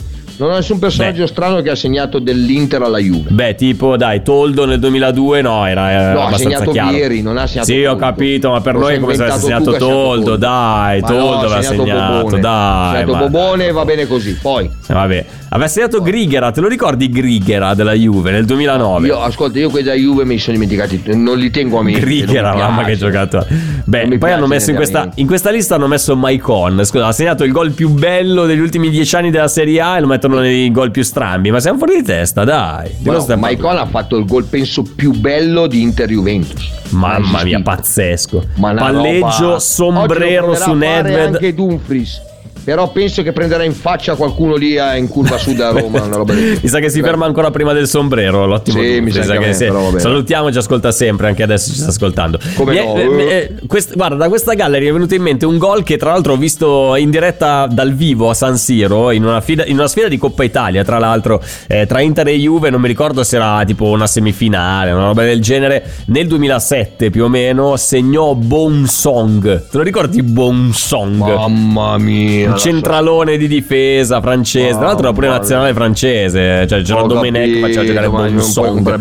Non ho nessun personaggio Beh. strano che ha segnato dell'Inter alla Juve. Beh, tipo, dai, Toldo nel duemiladue, no, era, era no, abbastanza ha segnato chiaro. Vieri, non ha segnato Sì, Toldo. ho capito, ma per Lo noi è come se avesse segnato Toldo, Toldo, dai, ma Toldo no, aveva segnato, segnato dai. Ha segnato Bobone, va bene così, poi. Eh, vabbè, aveva segnato poi. Grighera, te lo ricordi Grighera della Juve nel duemilanove? Io, ascolta, io quelli della Juve me li sono dimenticati, non li tengo a mente. Grighera, mamma che giocato. Beh, poi hanno messo in questa, in questa lista hanno messo Maicon, scusa, ha segnato il gol più bello degli ultimi dieci anni della Serie A e lo mettono nei gol più strambi, ma siamo fuori di testa, dai. No, Maicon ha fatto il gol penso più bello di Inter-Juventus. Mamma mia, pazzesco. Ma palleggio, roba... sombrero su Nedved. Anche Dumfries. Però penso che prenderà in faccia qualcuno lì in curva sud a Roma. Una roba mi sa che si ferma ancora prima del sombrero. L'ottimo sì, mi sa, sa che, che sì. Salutiamo, ci ascolta sempre, anche adesso ci sta ascoltando. Come no? eh, eh, quest, guarda, da questa galleria è venuto in mente un gol che tra l'altro ho visto in diretta dal vivo a San Siro in una, fida, in una sfida di Coppa Italia, tra l'altro eh, tra Inter e Juve. Non mi ricordo se era tipo una semifinale, una roba del genere. Nel duemilasette più o meno segnò Bonsong. Te lo ricordi Bonsong? Mamma mia, un centralone di difesa francese, tra l'altro era pure nazionale francese, cioè c'era Domenech che faceva giocare Bonsong.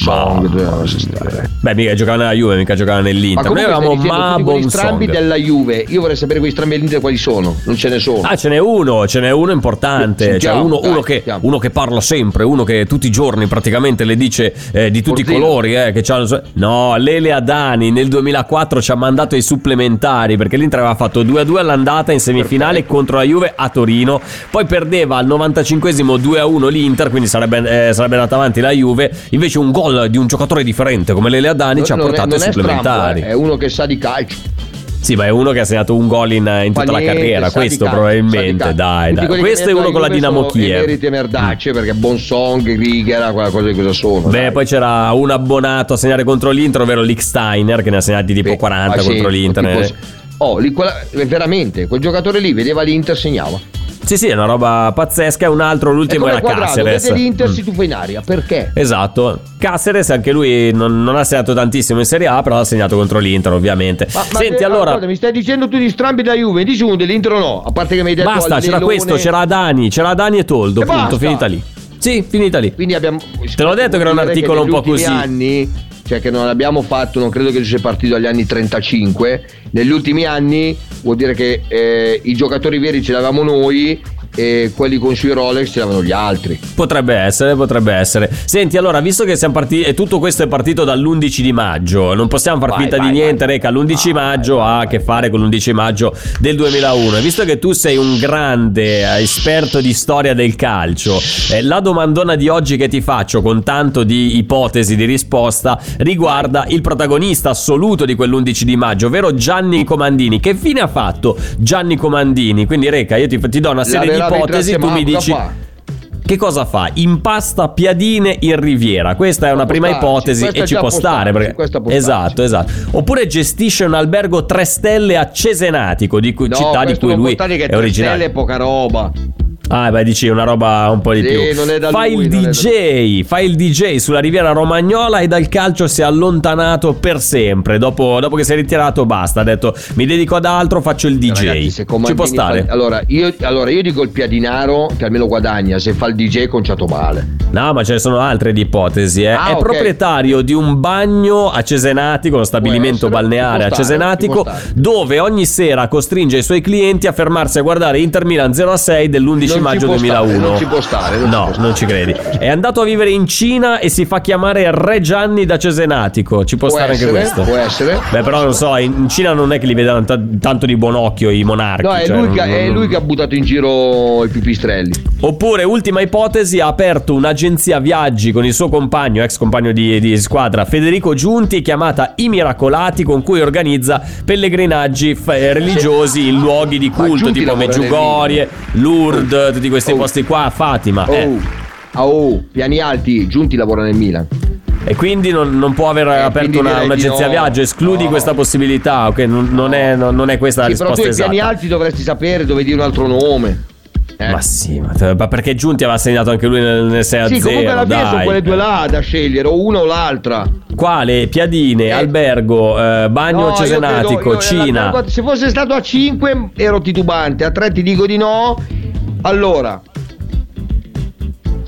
Bonsong. Beh, mica giocava nella Juve, mica giocava nell'Inter. Ma noi avevamo Ma Bonsong. Strambi della Juve. Io vorrei sapere quei strambi dell'Inter quali sono. Non ce ne sono. Ah, ce n'è uno, ce n'è uno importante, cioè uno, dai, uno, che, uno che parla sempre, uno che tutti i giorni praticamente le dice eh, di tutti Portino. I colori, eh, che c'hanno. No, Lele Adani nel duemilaquattro ci ha mandato i supplementari perché l'Inter aveva fatto due a due all'andata in semifinale Perfetto. Contro la Juve a Torino, poi perdeva al novantacinquesimo due a uno l'Inter, quindi sarebbe, eh, sarebbe andata avanti la Juve. Invece un gol di un giocatore differente come Lele Adani non, ci ha portato ai supplementari. Strambo, eh, è uno che sa di calcio. Sì, ma è uno che ha segnato un gol in, in tutta niente, la carriera, questo calcio, probabilmente, dai, dai. Questo è uno con la Dinamo Kiev. Merite merdacce, mm. perché Bonsong, Grighera, quella cosa di cosa sono. Beh, dai. Poi c'era un abbonato a segnare contro l'Inter, ovvero Lichtsteiner, che ne ha segnati tipo Beh, quaranta contro sì, l'Inter. Tipo, oh, lì, quella, veramente, quel giocatore lì vedeva l'Inter, segnava. Sì, sì, è una roba pazzesca. Un altro, l'ultimo era Caceres. Vede l'Inter mm. si tuffa in aria, perché? Esatto. Caceres, anche lui non, non ha segnato tantissimo in Serie A, però ha segnato contro l'Inter, ovviamente. Ma, ma Senti, se, allora. Guarda, mi stai dicendo tu di strambi da Juve, dici uno dell'Inter o no? A parte che mi hai detto. Basta, c'era questo, c'era Adani, c'era Adani e Toldo. E punto, basta. Finita lì. Sì, finita lì. Quindi abbiamo. Te l'ho detto che era un articolo un po' così. Anni, cioè che non abbiamo fatto, non credo che sia partito dagli anni trentacinque. Negli ultimi anni vuol dire che eh, i giocatori veri ce l'avevamo noi e quelli con sui Rolex ce l'avevano gli altri. Potrebbe essere, potrebbe essere. Senti, allora, visto che siamo partiti e tutto questo è partito dall'undici di maggio, non possiamo far vai, finta vai, di niente, vai. Reca, l'undici vai, maggio vai, ha vai, a che vai. fare con l'undici maggio del duemilauno. E visto che tu sei un grande esperto di storia del calcio, eh, la domandona di oggi che ti faccio, con tanto di ipotesi di risposta, riguarda il protagonista assoluto di quell'undici di maggio, ovvero Gianni Comandini. Che fine ha fatto Gianni Comandini? Quindi, Reca, io ti, ti do una serie di ipotesi, tu mi dici che cosa fa. Impasta piadine in Riviera, questa è una prima ipotesi e ci può stare perché... esatto esatto oppure gestisce un albergo tre stelle a Cesenatico, di cui, no, città di cui lui è, è originario. È poca roba. Ah, beh, dici una roba un po' di sì, più. Non è da fa lui, il D J, da... fa il D J sulla Riviera Romagnola e dal calcio si è allontanato per sempre. Dopo, dopo che si è ritirato, basta. Ha detto mi dedico ad altro, faccio il D J. Ragazzi, ci può stare. Fa... Allora, io, allora, io dico il piadinaro che almeno guadagna. Se fa il D J, conciato male. No, ma ce ne sono altre di ipotesi. Eh. Ah, è okay. proprietario di un bagno a Cesenatico, uno stabilimento essere, balneare a Cesenatico, dove ogni sera costringe i suoi clienti a fermarsi a guardare Inter Milan zero a sei dell'undici maggio duemilauno. Non ci può stare. Non no, ci può stare. Non ci credi. È andato a vivere in Cina e si fa chiamare Re Gianni da Cesenatico. Ci può, può stare essere, anche questo. Può essere. Beh, però non so, in Cina non è che li vedono t- tanto di buon occhio i monarchi. No, è, cioè, lui, non, che, non, è lui che ha buttato in giro i pipistrelli. Oppure, ultima ipotesi, ha aperto un'agenzia viaggi con il suo compagno, ex compagno di, di squadra, Federico Giunti, chiamata I Miracolati, con cui organizza pellegrinaggi f- religiosi in luoghi di culto tipo Meggiugorie, Lourdes, tutti questi oh. posti qua, Fatima. Oh. Eh. Oh, piani alti, Giunti lavora nel Milan. E quindi non, non può aver eh, aperto una, un'agenzia no. viaggio, escludi no. questa possibilità, ok? Non, non, è, non, non è questa la sì, risposta esatta. Però tu ai piani alti dovresti sapere, dovevi dire un altro nome. Eh. Ma sì, ma, ma perché Giunti aveva segnato anche lui nel, nel sei a zero? Sì, comunque alla fine sono quelle due là da scegliere, o una o l'altra. Quale? Piadine, eh. albergo, eh, bagno no, Cesenatico, credo, io, Cina. La, se fosse stato a cinque ero titubante, a tre ti dico di no. Allora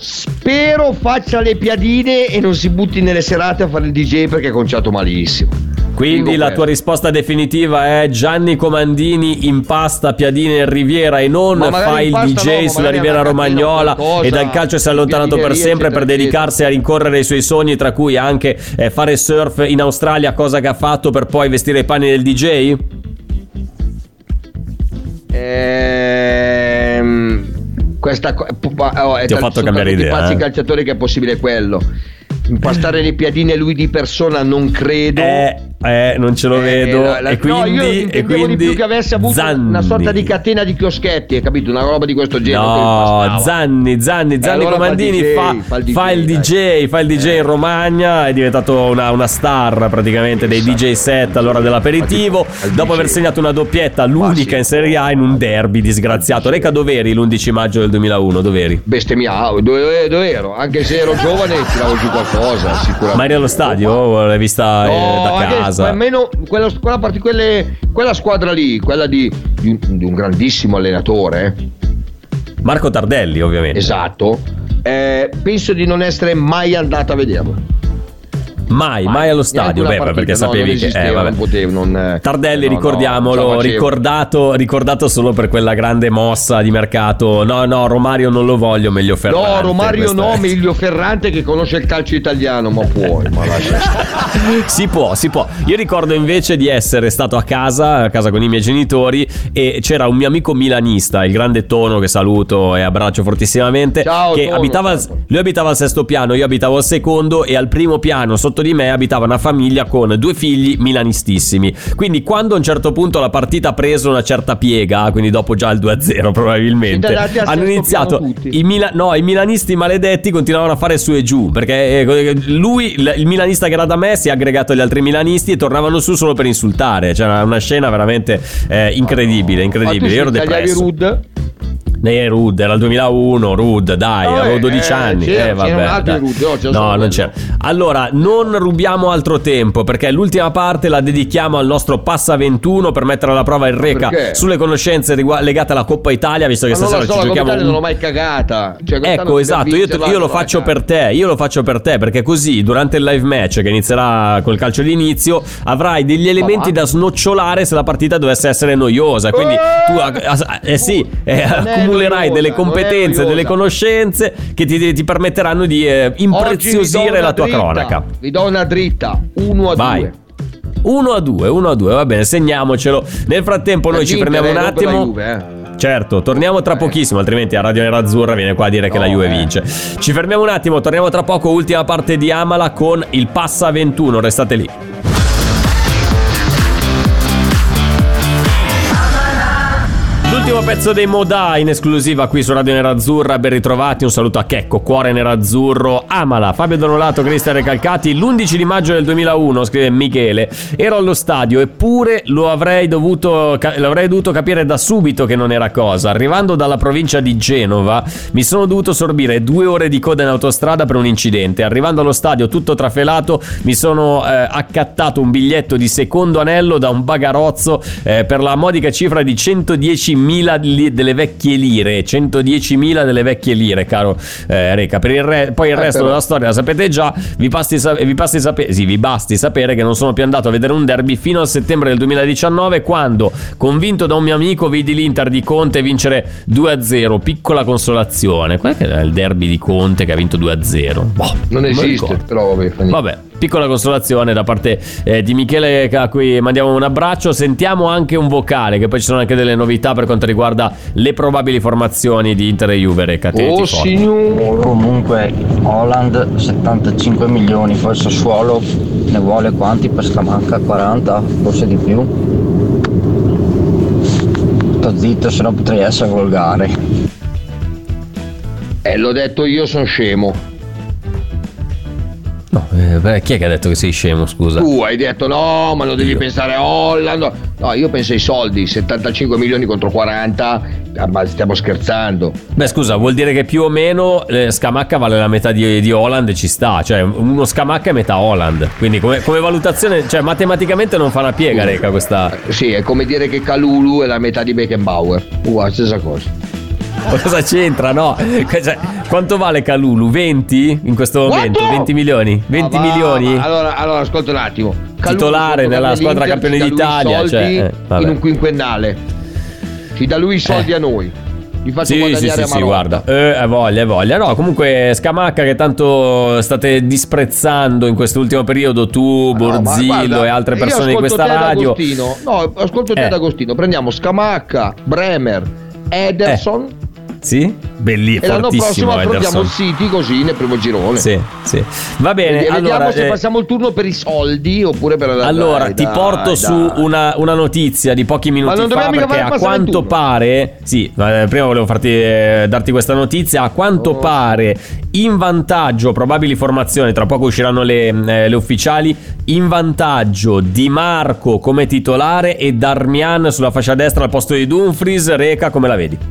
spero faccia le piadine e non si butti nelle serate a fare il D J perché è conciato malissimo. Quindi Dico la quello. tua risposta definitiva è Gianni Comandini impasta piadine in Riviera e non Ma magari fa il impasta D J no, ma sulla magari Riviera una catena, Romagnola qualcosa, e dal calcio si è allontanato per piadineria, sempre per eccetera, dedicarsi a rincorrere i suoi sogni, tra cui anche eh, fare surf in Australia, cosa che ha fatto per poi vestire i panni del D J? Ehm, questa co- oh, è Ti ho tal- fatto sono cambiare talmente idea, pazzi eh. calciatori che è possibile quello. Impastare le piadine lui di persona non credo. Eh, eh non ce lo Eh, vedo. la- la- e quindi, no, io e intendevo quindi di più che avesse avuto Zanni. una sorta di catena di chioschetti, hai capito? Una roba di questo genere. che No, impastava. Zanni, Zanni, Zanni allora fa il Comandini D J, fa, fa il D J, fa il D J, fa il D J in Romagna, è diventato una, una star praticamente dei D J set all'ora dell'aperitivo, dopo aver segnato una doppietta, l'unica in Serie A in un derby disgraziato. Reca, dov'eri l'undici maggio del duemilauno? Dov'eri? Bestemmiavo, dove, dove ero? Anche se ero giovane tiravo giù qualcosa, sicuramente. Ma eri allo stadio o l'hai vista eh, No, da anche- casa? almeno quella, quella, parti- quelle- quella squadra lì, quella di, di, un, di un grandissimo allenatore, Marco Tardelli, ovviamente. esatto, eh, penso di non essere mai andato a vederlo. Mai, mai allo stadio, beh, Neanche una perché partita, no, sapevi non che esisteva, eh, vabbè. non potevo, non, Tardelli, no, no, ricordiamolo, non ce la facevo. ricordato, ricordato solo per quella grande mossa di mercato. No, no, Romario non lo voglio, meglio Ferrante. No, Romario Questa no, è- meglio Ferrante che conosce il calcio italiano, ma puoi, ma lascia stare. Si può, si può. Io ricordo invece di essere stato a casa, a casa con i miei genitori, e c'era un mio amico milanista, il grande Tono, che saluto e abbraccio fortissimamente. Ciao, che Tono, abitava al- ciao. lui abitava al sesto piano, io abitavo al secondo, e al primo piano sotto di me abitava una famiglia con due figli milanistissimi. Quindi quando a un certo punto la partita ha preso una certa piega, quindi dopo già il due a zero probabilmente, Siete andati al hanno sesto iniziato piano tutti? i, Mila- no, i milanisti maledetti continuavano a fare su e giù, perché eh, lui, il il milanista che era da me, si è aggregato agli altri milanisti e tornavano su solo per insultare. C'era una scena veramente eh, incredibile, incredibile. Io ero depresso. Rud? Eh, Rud, era il duemilauno, Rud, dai, No, avevo eh, dodici eh, anni. c'era- eh, vabbè, c'era un altro dai. Rud, no, c'era no, solo non quello. c'era. Allora, non rubiamo altro tempo, perché l'ultima parte la dedichiamo al nostro Passa ventuno per mettere alla prova il Reca Perché? sulle conoscenze rigu- legate alla Coppa Italia, visto che Ma non stasera lo so, ci la Coppa giochiamo Italia un- non l'ho mai cagata. Cioè, quest'anno Ecco, dobbiamo esatto, io, vincerla, io lo non l'ho faccio cagata. per te, io lo faccio per te, perché così durante il live match che inizierà col calcio d'inizio avrai degli elementi va. da snocciolare se la partita dovesse essere noiosa, quindi tu ah, eh sì, eh, Non è accumulerai noiosa, delle non è competenze, noiosa. delle conoscenze che ti, ti permetteranno di eh, Oggi vi do impreziosire una la tua dritta, cronaca. Vi do una dritta, uno a Vai. due. uno a due, uno a due, va bene, segniamocelo. Nel frattempo noi Per ci l'Inter, fermiamo un eh, non per la attimo. Juve, eh. Certo, torniamo tra pochissimo, altrimenti a Radio Nerazzurra viene qua a dire che No, la Juve eh. vince. Ci fermiamo un attimo, torniamo tra poco, ultima parte di Amala con il Passa ventuno, restate lì. L'ultimo pezzo dei Modà in esclusiva qui su Radio Nerazzurra, ben ritrovati, un saluto a Checco, Cuore Nerazzurro, Amala, Fabio Donolato, Cristian Recalcati. L'undici di maggio del duemilauno, scrive Michele, ero allo stadio eppure lo avrei dovuto, ca- l'avrei dovuto capire da subito che non era cosa. Arrivando dalla provincia di Genova mi sono dovuto sorbire due ore di coda in autostrada per un incidente. Arrivando allo stadio tutto trafelato mi sono eh, accattato un biglietto di secondo anello da un bagarozzo eh, per la modica cifra di centodiecimila li- delle vecchie lire, centodiecimila delle vecchie lire, caro eh, Reca. Per il re- poi il Eh, resto però. della storia la sapete già, vi basti, sa- vi basti sapere, sì, vi basti sapere che non sono più andato a vedere un derby fino al settembre del duemiladiciannove, quando, convinto da un mio amico, vidi l'Inter di Conte vincere due a zero. Piccola consolazione. Qual è che era il derby di Conte che ha vinto due a zero? Boh, Non me lo esiste, ricordo. però vabbè, fa niente. Vabbè, piccola consolazione da parte eh, di Michele, a cui mandiamo un abbraccio. Sentiamo anche un vocale, che poi ci sono anche delle novità per quanto riguarda le probabili formazioni di Inter e Juve. Reca, tieniti Oh forte. signor. Comunque Holland settantacinque milioni, poi il Sassuolo ne vuole quanti per Scamacca? quaranta, forse di più. Sto zitto, se no potrei essere volgare. Eh, l'ho detto io, sono scemo. No, eh, beh, chi è che ha detto che sei scemo, scusa? Tu hai detto no, ma non devi Io. pensare a Holland. No, io penso ai soldi, settantacinque milioni contro quaranta, ah, ma stiamo scherzando. Beh, scusa, vuol dire che più o meno eh, Scamacca vale la metà di, di Holland e ci sta. Cioè, uno Scamacca è metà Holland. Quindi come, come valutazione, cioè matematicamente non fa una piega, Reca, questa... Sì, è come dire che Kalulu è la metà di Beckenbauer. Uguale, stessa cosa. Ma cosa c'entra? No. Cioè, quanto vale Kalulu? venti in questo momento? Quanto? venti milioni? venti Ah, va, milioni? va. Allora, allora ascolta un attimo. Kalulu, Titolare nella squadra l'Inter, campione ci dà lui d'Italia, soldi cioè, eh, vabbè. in un quinquennale. Ci dà lui i soldi Eh. a noi. Gli faccio Sì, sì, guadagnare sì, a sì, Marotta. guarda, eh, è voglia, è voglia. No, comunque Scamacca che tanto state disprezzando in quest'ultimo periodo tu, No, ma Borzillo guarda, e altre io persone di ascolto questa te ed radio. Agostino. No, ascolto te Eh. ed Agostino. Prendiamo Scamacca, Bremer, Ederson. Sì? Belli, E l'anno fortissimo prossimo affrontiamo Ederson. il City così nel primo girone. Sì, sì. Va bene, E vediamo allora, se eh, passiamo il turno per i soldi oppure per la allora dai, ti dai, porto dai. su una, una notizia di pochi minuti non fa, dobbiamo mica perché fare a il passo quanto ventuno. pare, sì, ma prima volevo farti eh, darti questa notizia. A quanto Oh. pare in vantaggio, probabili formazioni, tra poco usciranno le, eh, le ufficiali, in vantaggio Di Marco come titolare e Darmian sulla fascia destra al posto di Dumfries. Reca, come la vedi?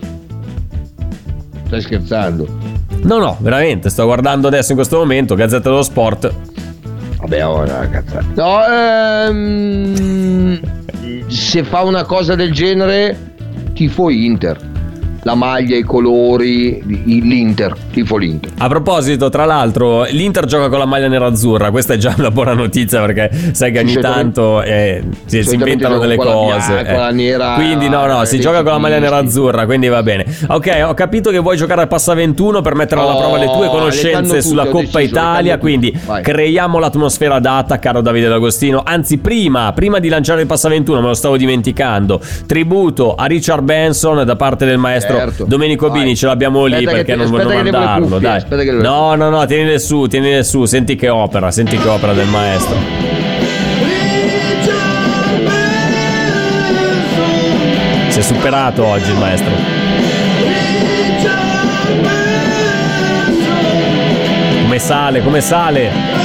Stai scherzando? No, no, veramente, sto guardando adesso in questo momento Gazzetta dello Sport. Vabbè, ora cazzata. No, ehm, se fa una cosa del genere, tifo Inter. La maglia, i colori, l'Inter, tifo l'Inter. A proposito, tra l'altro, l'Inter gioca con la maglia nerazzurra. Questa è già una buona notizia, perché sai che ogni tanto eh, si, si inventano delle con la cose. bianca, con la nera, quindi no, no, si eh, gioca con la maglia visti. nerazzurra, quindi va bene. Ok, ho capito che vuoi giocare al Passa ventuno per mettere alla Oh, prova le tue le danno conoscenze tutte, sulla ho Coppa deciso, le Italia. danno Quindi tutte. Vai. creiamo l'atmosfera adatta, caro Davide D'Agostino. Anzi, prima, prima di lanciare il Passa ventuno, me lo stavo dimenticando. Tributo a Richard Benson da parte del maestro Certo. Domenico Vai. Bini. Ce l'abbiamo lì Aspetta che perché te- non aspetta voglio che levo le mandarlo. cuffie, Dai. aspetta che levo le No, no, no, tienile su, tienile su. Senti che opera, senti che opera del maestro. Si è superato oggi il maestro. Come sale, come sale.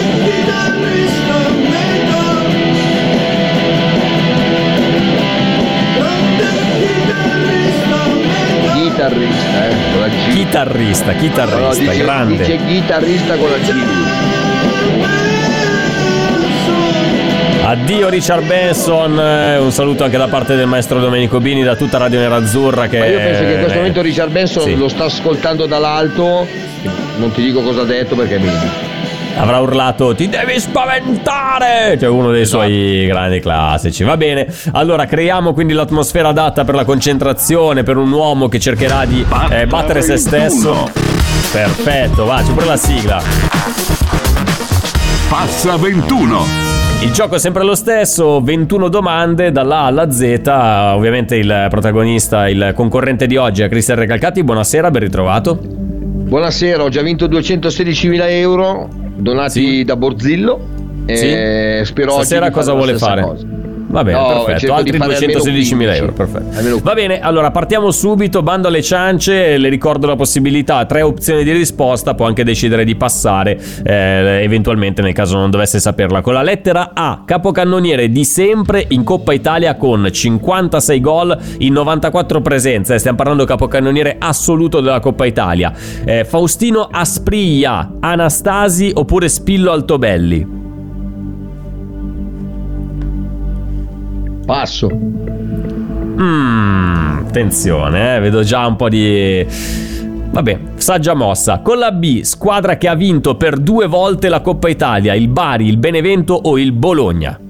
Chitarrista, eh, con la G. Chitarrista, chitarrista, No, no, dice, grande. dice chitarrista con la G. Addio Richard Benson, eh, un saluto anche da parte del maestro Domenico Bini, da tutta Radio Nerazzurra. Che Ma io penso che in questo momento Richard Benson sì. lo sta ascoltando dall'alto. Non ti dico cosa ha detto perché mi avrà urlato "ti devi spaventare", cioè uno dei Esatto. suoi grandi classici. Va bene, allora creiamo quindi l'atmosfera adatta per la concentrazione, per un uomo che cercherà di eh, battere se stesso. Perfetto, va, c'è pure la sigla. Passa ventuno. Il gioco è sempre lo stesso, ventuno domande dalla A alla Z. Ovviamente il protagonista, il concorrente di oggi è Cristian Recalcati. Buonasera, ben ritrovato. Buonasera, ho già vinto duecentosedicimila euro donati Sì. da Borzillo. Sì. E spero Stasera oggi di cosa fare la vuole stessa fare? cosa. Va bene, No, perfetto. cerco di Altri fare almeno duecentosedicimila euro, quindici. perfetto. Almeno Va bene, allora partiamo subito, bando alle ciance. Le ricordo la possibilità, tre opzioni di risposta. Può anche decidere di passare eh, eventualmente nel caso non dovesse saperla. Con la lettera A, capocannoniere di sempre in Coppa Italia con cinquantasei gol in novantaquattro presenze. Eh, stiamo parlando capocannoniere assoluto della Coppa Italia. eh, Faustino Aspriglia, Anastasi oppure Spillo Altobelli? Passo. Mm, attenzione, eh, vedo già un po' di... Vabbè, saggia mossa. Con la B, squadra che ha vinto per due volte la Coppa Italia, il Bari, il Benevento o il Bologna?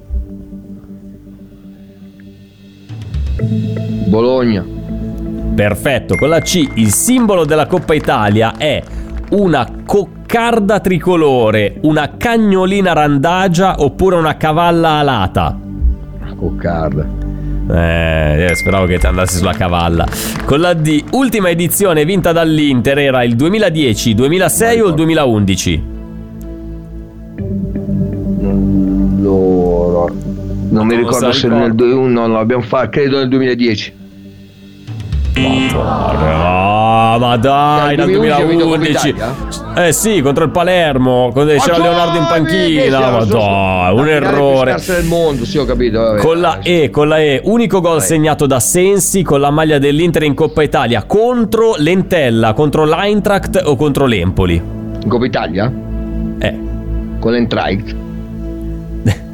Bologna. Perfetto. Con la C, il simbolo della Coppa Italia è una coccarda tricolore, una cagnolina randagia oppure una cavalla alata? Coccarda. Eh, speravo che ti andassi sulla cavalla. Con la D, ultima edizione vinta dall'Inter era il duemiladieci, duemilasei o il duemilaundici? Allora, non mi ricordo se nel duemila, no, no, abbiamo fatto, credo nel duemiladieci. No, ma dai, dal duemilaundici. Eh sì, contro il Palermo, quando c'era Leonardo in panchina. Ma dai, un errore. Del mondo, sì, ho capito. Vabbè. Con la E, con la E, unico gol segnato da Sensi con la maglia dell'Inter in Coppa Italia contro l'Entella, contro l'Eintracht o contro l'Empoli? In Coppa Italia? Eh. Con l'Eintracht.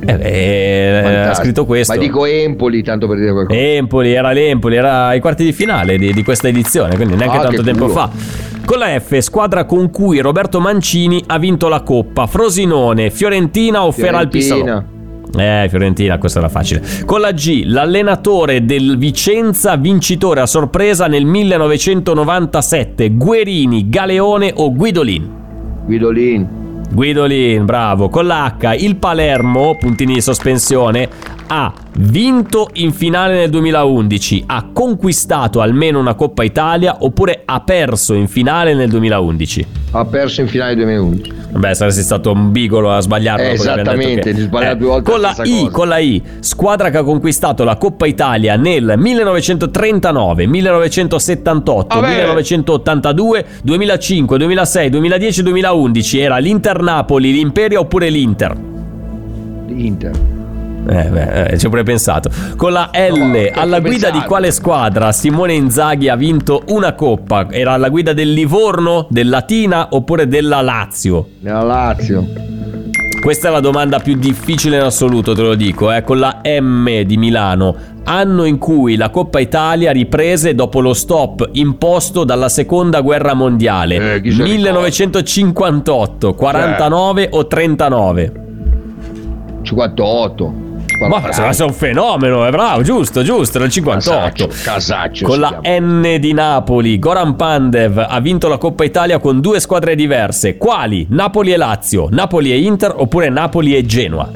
Eh, beh, ha scritto questo. Ma dico Empoli, tanto per dire qualcosa. Empoli, era l'Empoli, era ai quarti di finale di, di questa edizione, quindi neanche Ah, tanto che tempo culo. fa. Con la F, squadra con cui Roberto Mancini ha vinto la Coppa: Frosinone, Fiorentina o Feralpisalò? Fiorentina. Eh, Fiorentina, questa era facile. Con la G, l'allenatore del Vicenza vincitore a sorpresa nel millenovecentonovantasette: Guerini, Galeone o Guidolin? Guidolin. Guidolin, bravo. Con la H, il Palermo, puntini di sospensione, ha vinto in finale nel duemilaundici, ha conquistato almeno una Coppa Italia oppure ha perso in finale nel duemilaundici? Ha perso in finale duemilaundici. Beh, saresti stato un bigolo a sbagliarlo. Eh, esattamente, che... sbagliato eh, due volte con la la stessa I, cosa. con la I, squadra che ha conquistato la Coppa Italia nel millenovecentotrentanove, millenovecentosettantotto, Vabbè. millenovecentottantadue, duemilacinque, duemilasei, duemiladieci, duemilaundici. Era l'Inter Napoli, l'Imperia oppure l'Inter? Inter. Eh, beh, eh, ci ho pure pensato. Con la L, No, alla guida pensato. di quale squadra Simone Inzaghi ha vinto una coppa? Era alla guida del Livorno, del Latina oppure della Lazio? Nella Lazio. Questa è la domanda più difficile in assoluto, te lo dico, eh. Con la M di Milano, anno in cui la Coppa Italia riprese dopo lo stop imposto dalla seconda guerra mondiale. Eh, chi se ne millenovecentocinquantotto, quarantanove o trentanove? cinquantotto. Ma sei un fenomeno, è bravo, giusto, giusto, era il cinquantotto. Casaccio, Casaccio Con si la chiama. N di Napoli, Goran Pandev ha vinto la Coppa Italia con due squadre diverse. Quali? Napoli e Lazio, Napoli e Inter oppure Napoli e Genoa?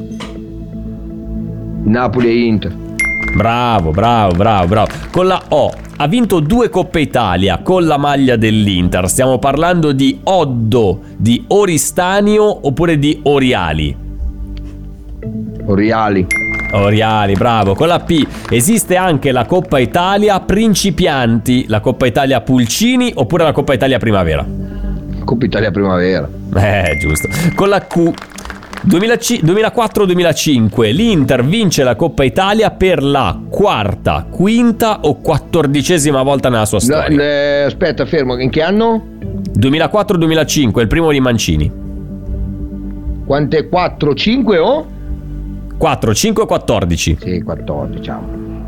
Napoli e Inter. Bravo, bravo, bravo, bravo. Con la O, ha vinto due Coppe Italia con la maglia dell'Inter. Stiamo parlando di Oddo, di Oristanio oppure di Oriali? Oriali. Oriali, bravo. Con la P, esiste anche la Coppa Italia Principianti, la Coppa Italia Pulcini oppure la Coppa Italia Primavera? Coppa Italia Primavera. Eh, giusto. Con la Q, duemilaquattro duemilacinque, l'Inter vince la Coppa Italia per la quarta, quinta o quattordicesima volta nella sua No, storia? eh, aspetta, fermo. In che anno? duemilaquattro duemilacinque, il primo di Mancini. Quante? quattro, cinque o? quattro, cinque o quattordici? Sì, quattordici, diciamo.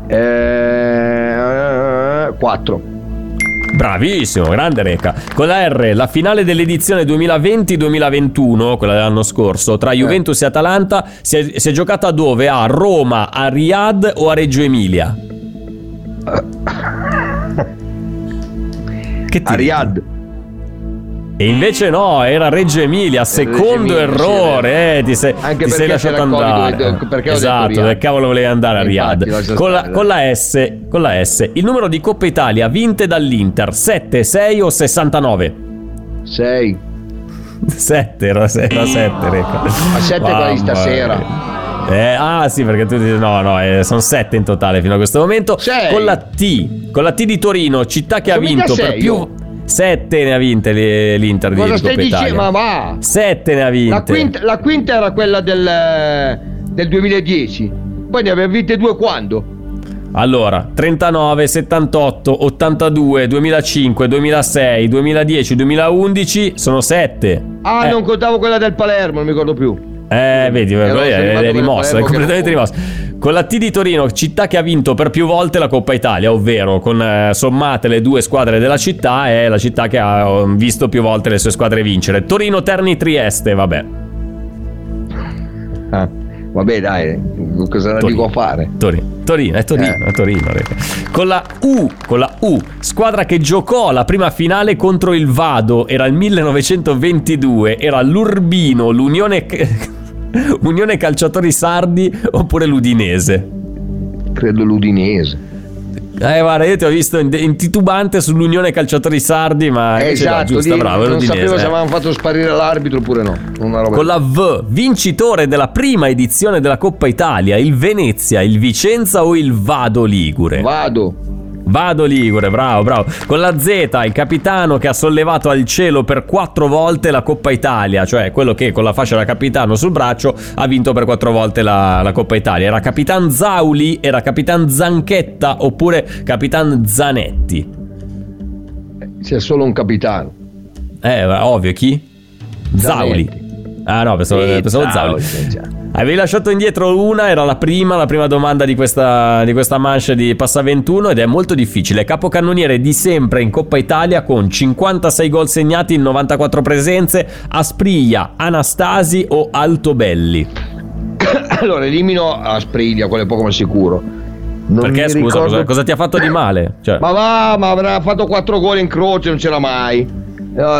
Eh, quattro. Bravissimo, grande Reca. Con la R, la finale dell'edizione duemilaventi duemilaventuno, quella dell'anno scorso, tra Juventus e Atalanta, si è, si è giocata dove? A Roma, a Riyadh o a Reggio Emilia? Che ti A Riyadh. E invece no, era Reggio Emilia, secondo Emilia, errore, eh, ti sei, Anche ti sei perché lasciato c'era il Covid, andare. ho detto- perché ho detto Esatto, Riyadh. che cavolo volevi andare a Infatti, Riyadh. lascia Con la, stare, con la S, con la S, il numero di Coppa Italia vinte dall'Inter, sette, sei o sessantanove? sei. sette, era sette, Reca. A sette quella di Mamma stasera. mia. Eh, ah sì, perché tu dici no, no, eh, sono sette in totale fino a questo momento. Sei. Con la T, con la T di Torino, città che ha Come vinto mica per sei, più. oh. Sette ne ha vinte le- l'Inter di Cosa di stai Coppa Italia. dicendo? Ma va. Sette ne ha vinte. La quinta, la quinta era quella del, del duemiladieci. Poi ne aveva vinte due quando? Allora, trentanove, settantotto, ottantadue, duemilacinque, duemilasei, duemiladieci, duemilaundici sono sette. Ah, eh. non contavo quella del Palermo, non mi ricordo più. Eh, vedi, Ero è, è, rimasto è rimossa, è con il completamente Palermo rimossa. Con la T di Torino, città che ha vinto per più volte la Coppa Italia, ovvero con eh, sommate le due squadre della città, è la città che ha eh, visto più volte le sue squadre vincere. Torino, Terni, Trieste, vabbè. Ah, vabbè, dai, cosa la Torino. dico a fare? Torino, Torino, è Torino, Eh. è Torino. Raga. Con la U, con la U, squadra che giocò la prima finale contro il Vado, era il millenovecentoventidue, era l'Urbino, l'Unione Unione Calciatori Sardi oppure l'Udinese? Credo l'Udinese. Eh, guarda, io ti ho visto in, in titubante sull'Unione Calciatori Sardi, ma Eh, invece no, esatto, giusta, lì bravo, è non l'Udinese. sapevo se eh. avevano fatto sparire l'arbitro oppure no. Una roba. Con la V, vincitore della prima edizione della Coppa Italia, il Venezia, il Vicenza o il Vado Ligure? Vado. Vado Ligure, bravo, bravo. Con la Z, il capitano che ha sollevato al cielo per quattro volte la Coppa Italia, cioè quello che con la fascia da capitano sul braccio ha vinto per quattro volte la, la Coppa Italia. Era Capitan Zauli, era Capitan Zanchetta oppure Capitan Zanetti? C'è solo un capitano. Eh, ovvio, chi? Zauli. Zanetti. Ah no, pensavo, Eh, pensavo ciao, Zalli. ciao. Avevi lasciato indietro una, era la prima, la prima domanda di questa, di questa manche di Passa ventuno ed è molto difficile. Capocannoniere di sempre in Coppa Italia con cinquantasei gol segnati in novantaquattro presenze, Aspriglia, Anastasi o Altobelli? Allora elimino Aspriglia, quello è poco ma sicuro. Non Perché mi scusa, ricordo- cosa, cosa ti ha fatto di male? Cioè, Ma va, ma avrà fatto quattro gol in croce, non c'era mai. No,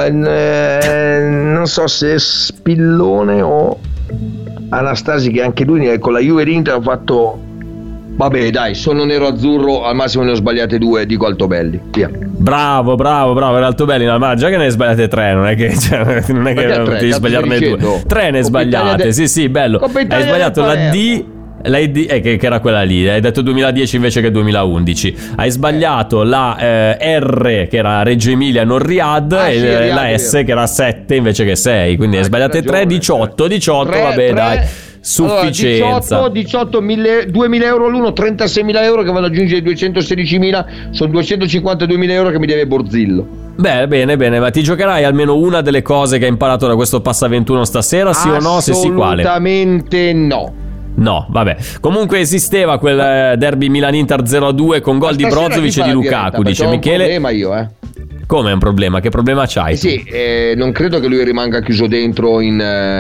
eh, non so se Spillone o Anastasi, che anche lui con la Juve Inter ha fatto. Vabbè, dai, sono nero-azzurro, al massimo ne ho sbagliate due, dico Altobelli. Via. bravo, bravo, bravo, era Altobelli. No, ma già che ne hai sbagliate tre, non è che, cioè, non è che Perché non tre? devi Cazzo sbagliarne stai due. dicendo? Tre ne hai Coppa Italia sbagliate, del- sì, sì, bello. Coppa Italia Hai sbagliato del la Palermo. D. La D, eh, che, che era quella lì, hai detto duemiladieci invece che duemilaundici. Hai sbagliato la eh, R, che era Reggio Emilia, non Riyadh, Ah, e sì, eh, Riyadh, la è S, vero. che era sette invece che sei. Quindi Ah, hai sbagliate hai tre, ragione. diciotto, diciotto, Tre, vabbè, tre. dai. Sufficienza. Allora, diciotto, diciotto, mille, duemila euro l'uno, trentaseimila euro che vanno ad aggiungere i duecentosedicimila, sono duecentocinquantaduemila euro che mi deve Borzillo. Beh, bene, bene, ma ti giocherai almeno una delle cose che hai imparato da questo Passa ventuno stasera, sì o no? Se sì, quale? Assolutamente no. No, vabbè. Comunque esisteva quel eh, derby Milan-Inter zero a due con gol di Stasera Brozovic chi e fa di la Lukaku, diretta? dice Perché ho un Michele. problema io, eh. Come è un problema? Che problema c'hai? Eh sì, eh, non credo che lui rimanga chiuso dentro in.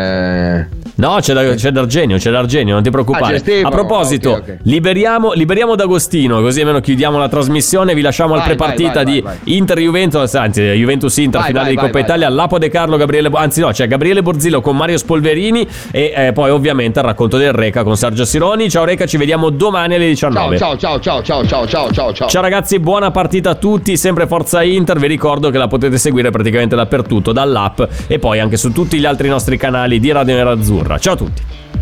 eh, No, c'è, da- c'è D'Argenio, c'è D'Argenio, non ti preoccupare. Ah, c'è Stefano. A proposito, Ok, ok. liberiamo, liberiamo D'Agostino, così almeno chiudiamo la trasmissione. Vi lasciamo al Vai, prepartita vai, vai, di vai, Inter-Juventus, anzi Juventus-Inter, Vai, finale vai, di Coppa vai, Italia. vai. Lapo De Carlo, Gabriele, anzi no, c'è Gabriele Borzillo con Mario Spolverini e eh, poi ovviamente il racconto del Reca con Sergio Sironi. Ciao Reca, ci vediamo domani alle diciannove. Ciao, ciao, ciao, ciao, ciao, ciao, ciao, ciao. Ciao ragazzi, buona partita a tutti, sempre Forza Inter, vi ricordo che la potete seguire praticamente dappertutto, dall'app e poi anche su tutti gli altri nostri canali di Radio Nerazzurra. Ciao a tutti.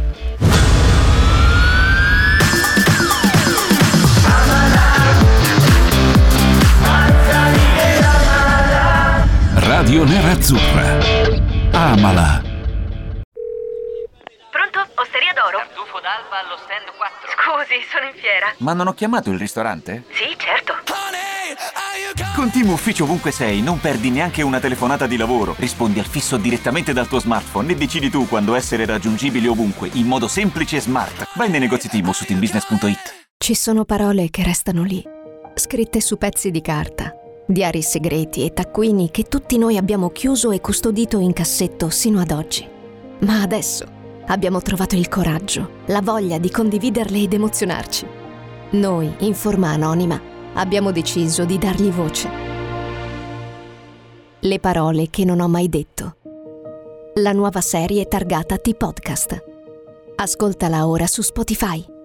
Radio Nerazzurra. Amala. Pronto? Osteria d'oro? Tartufo d'alba allo stand quattro. Scusi, sono in fiera. Ma non ho chiamato il ristorante? Sì, certo. Con Team Ufficio ovunque sei, non perdi neanche una telefonata di lavoro. Rispondi al fisso direttamente dal tuo smartphone e decidi tu quando essere raggiungibile ovunque, in modo semplice e smart. Vai nei negozi Team o su team business punto it. Ci sono parole che restano lì, scritte su pezzi di carta, diari segreti e taccuini che tutti noi abbiamo chiuso e custodito in cassetto sino ad oggi. Ma adesso abbiamo trovato il coraggio, la voglia di condividerle ed emozionarci. Noi, in forma anonima, abbiamo deciso di dargli voce. Le parole che non ho mai detto. La nuova serie targata T-Podcast. Ascoltala ora su Spotify.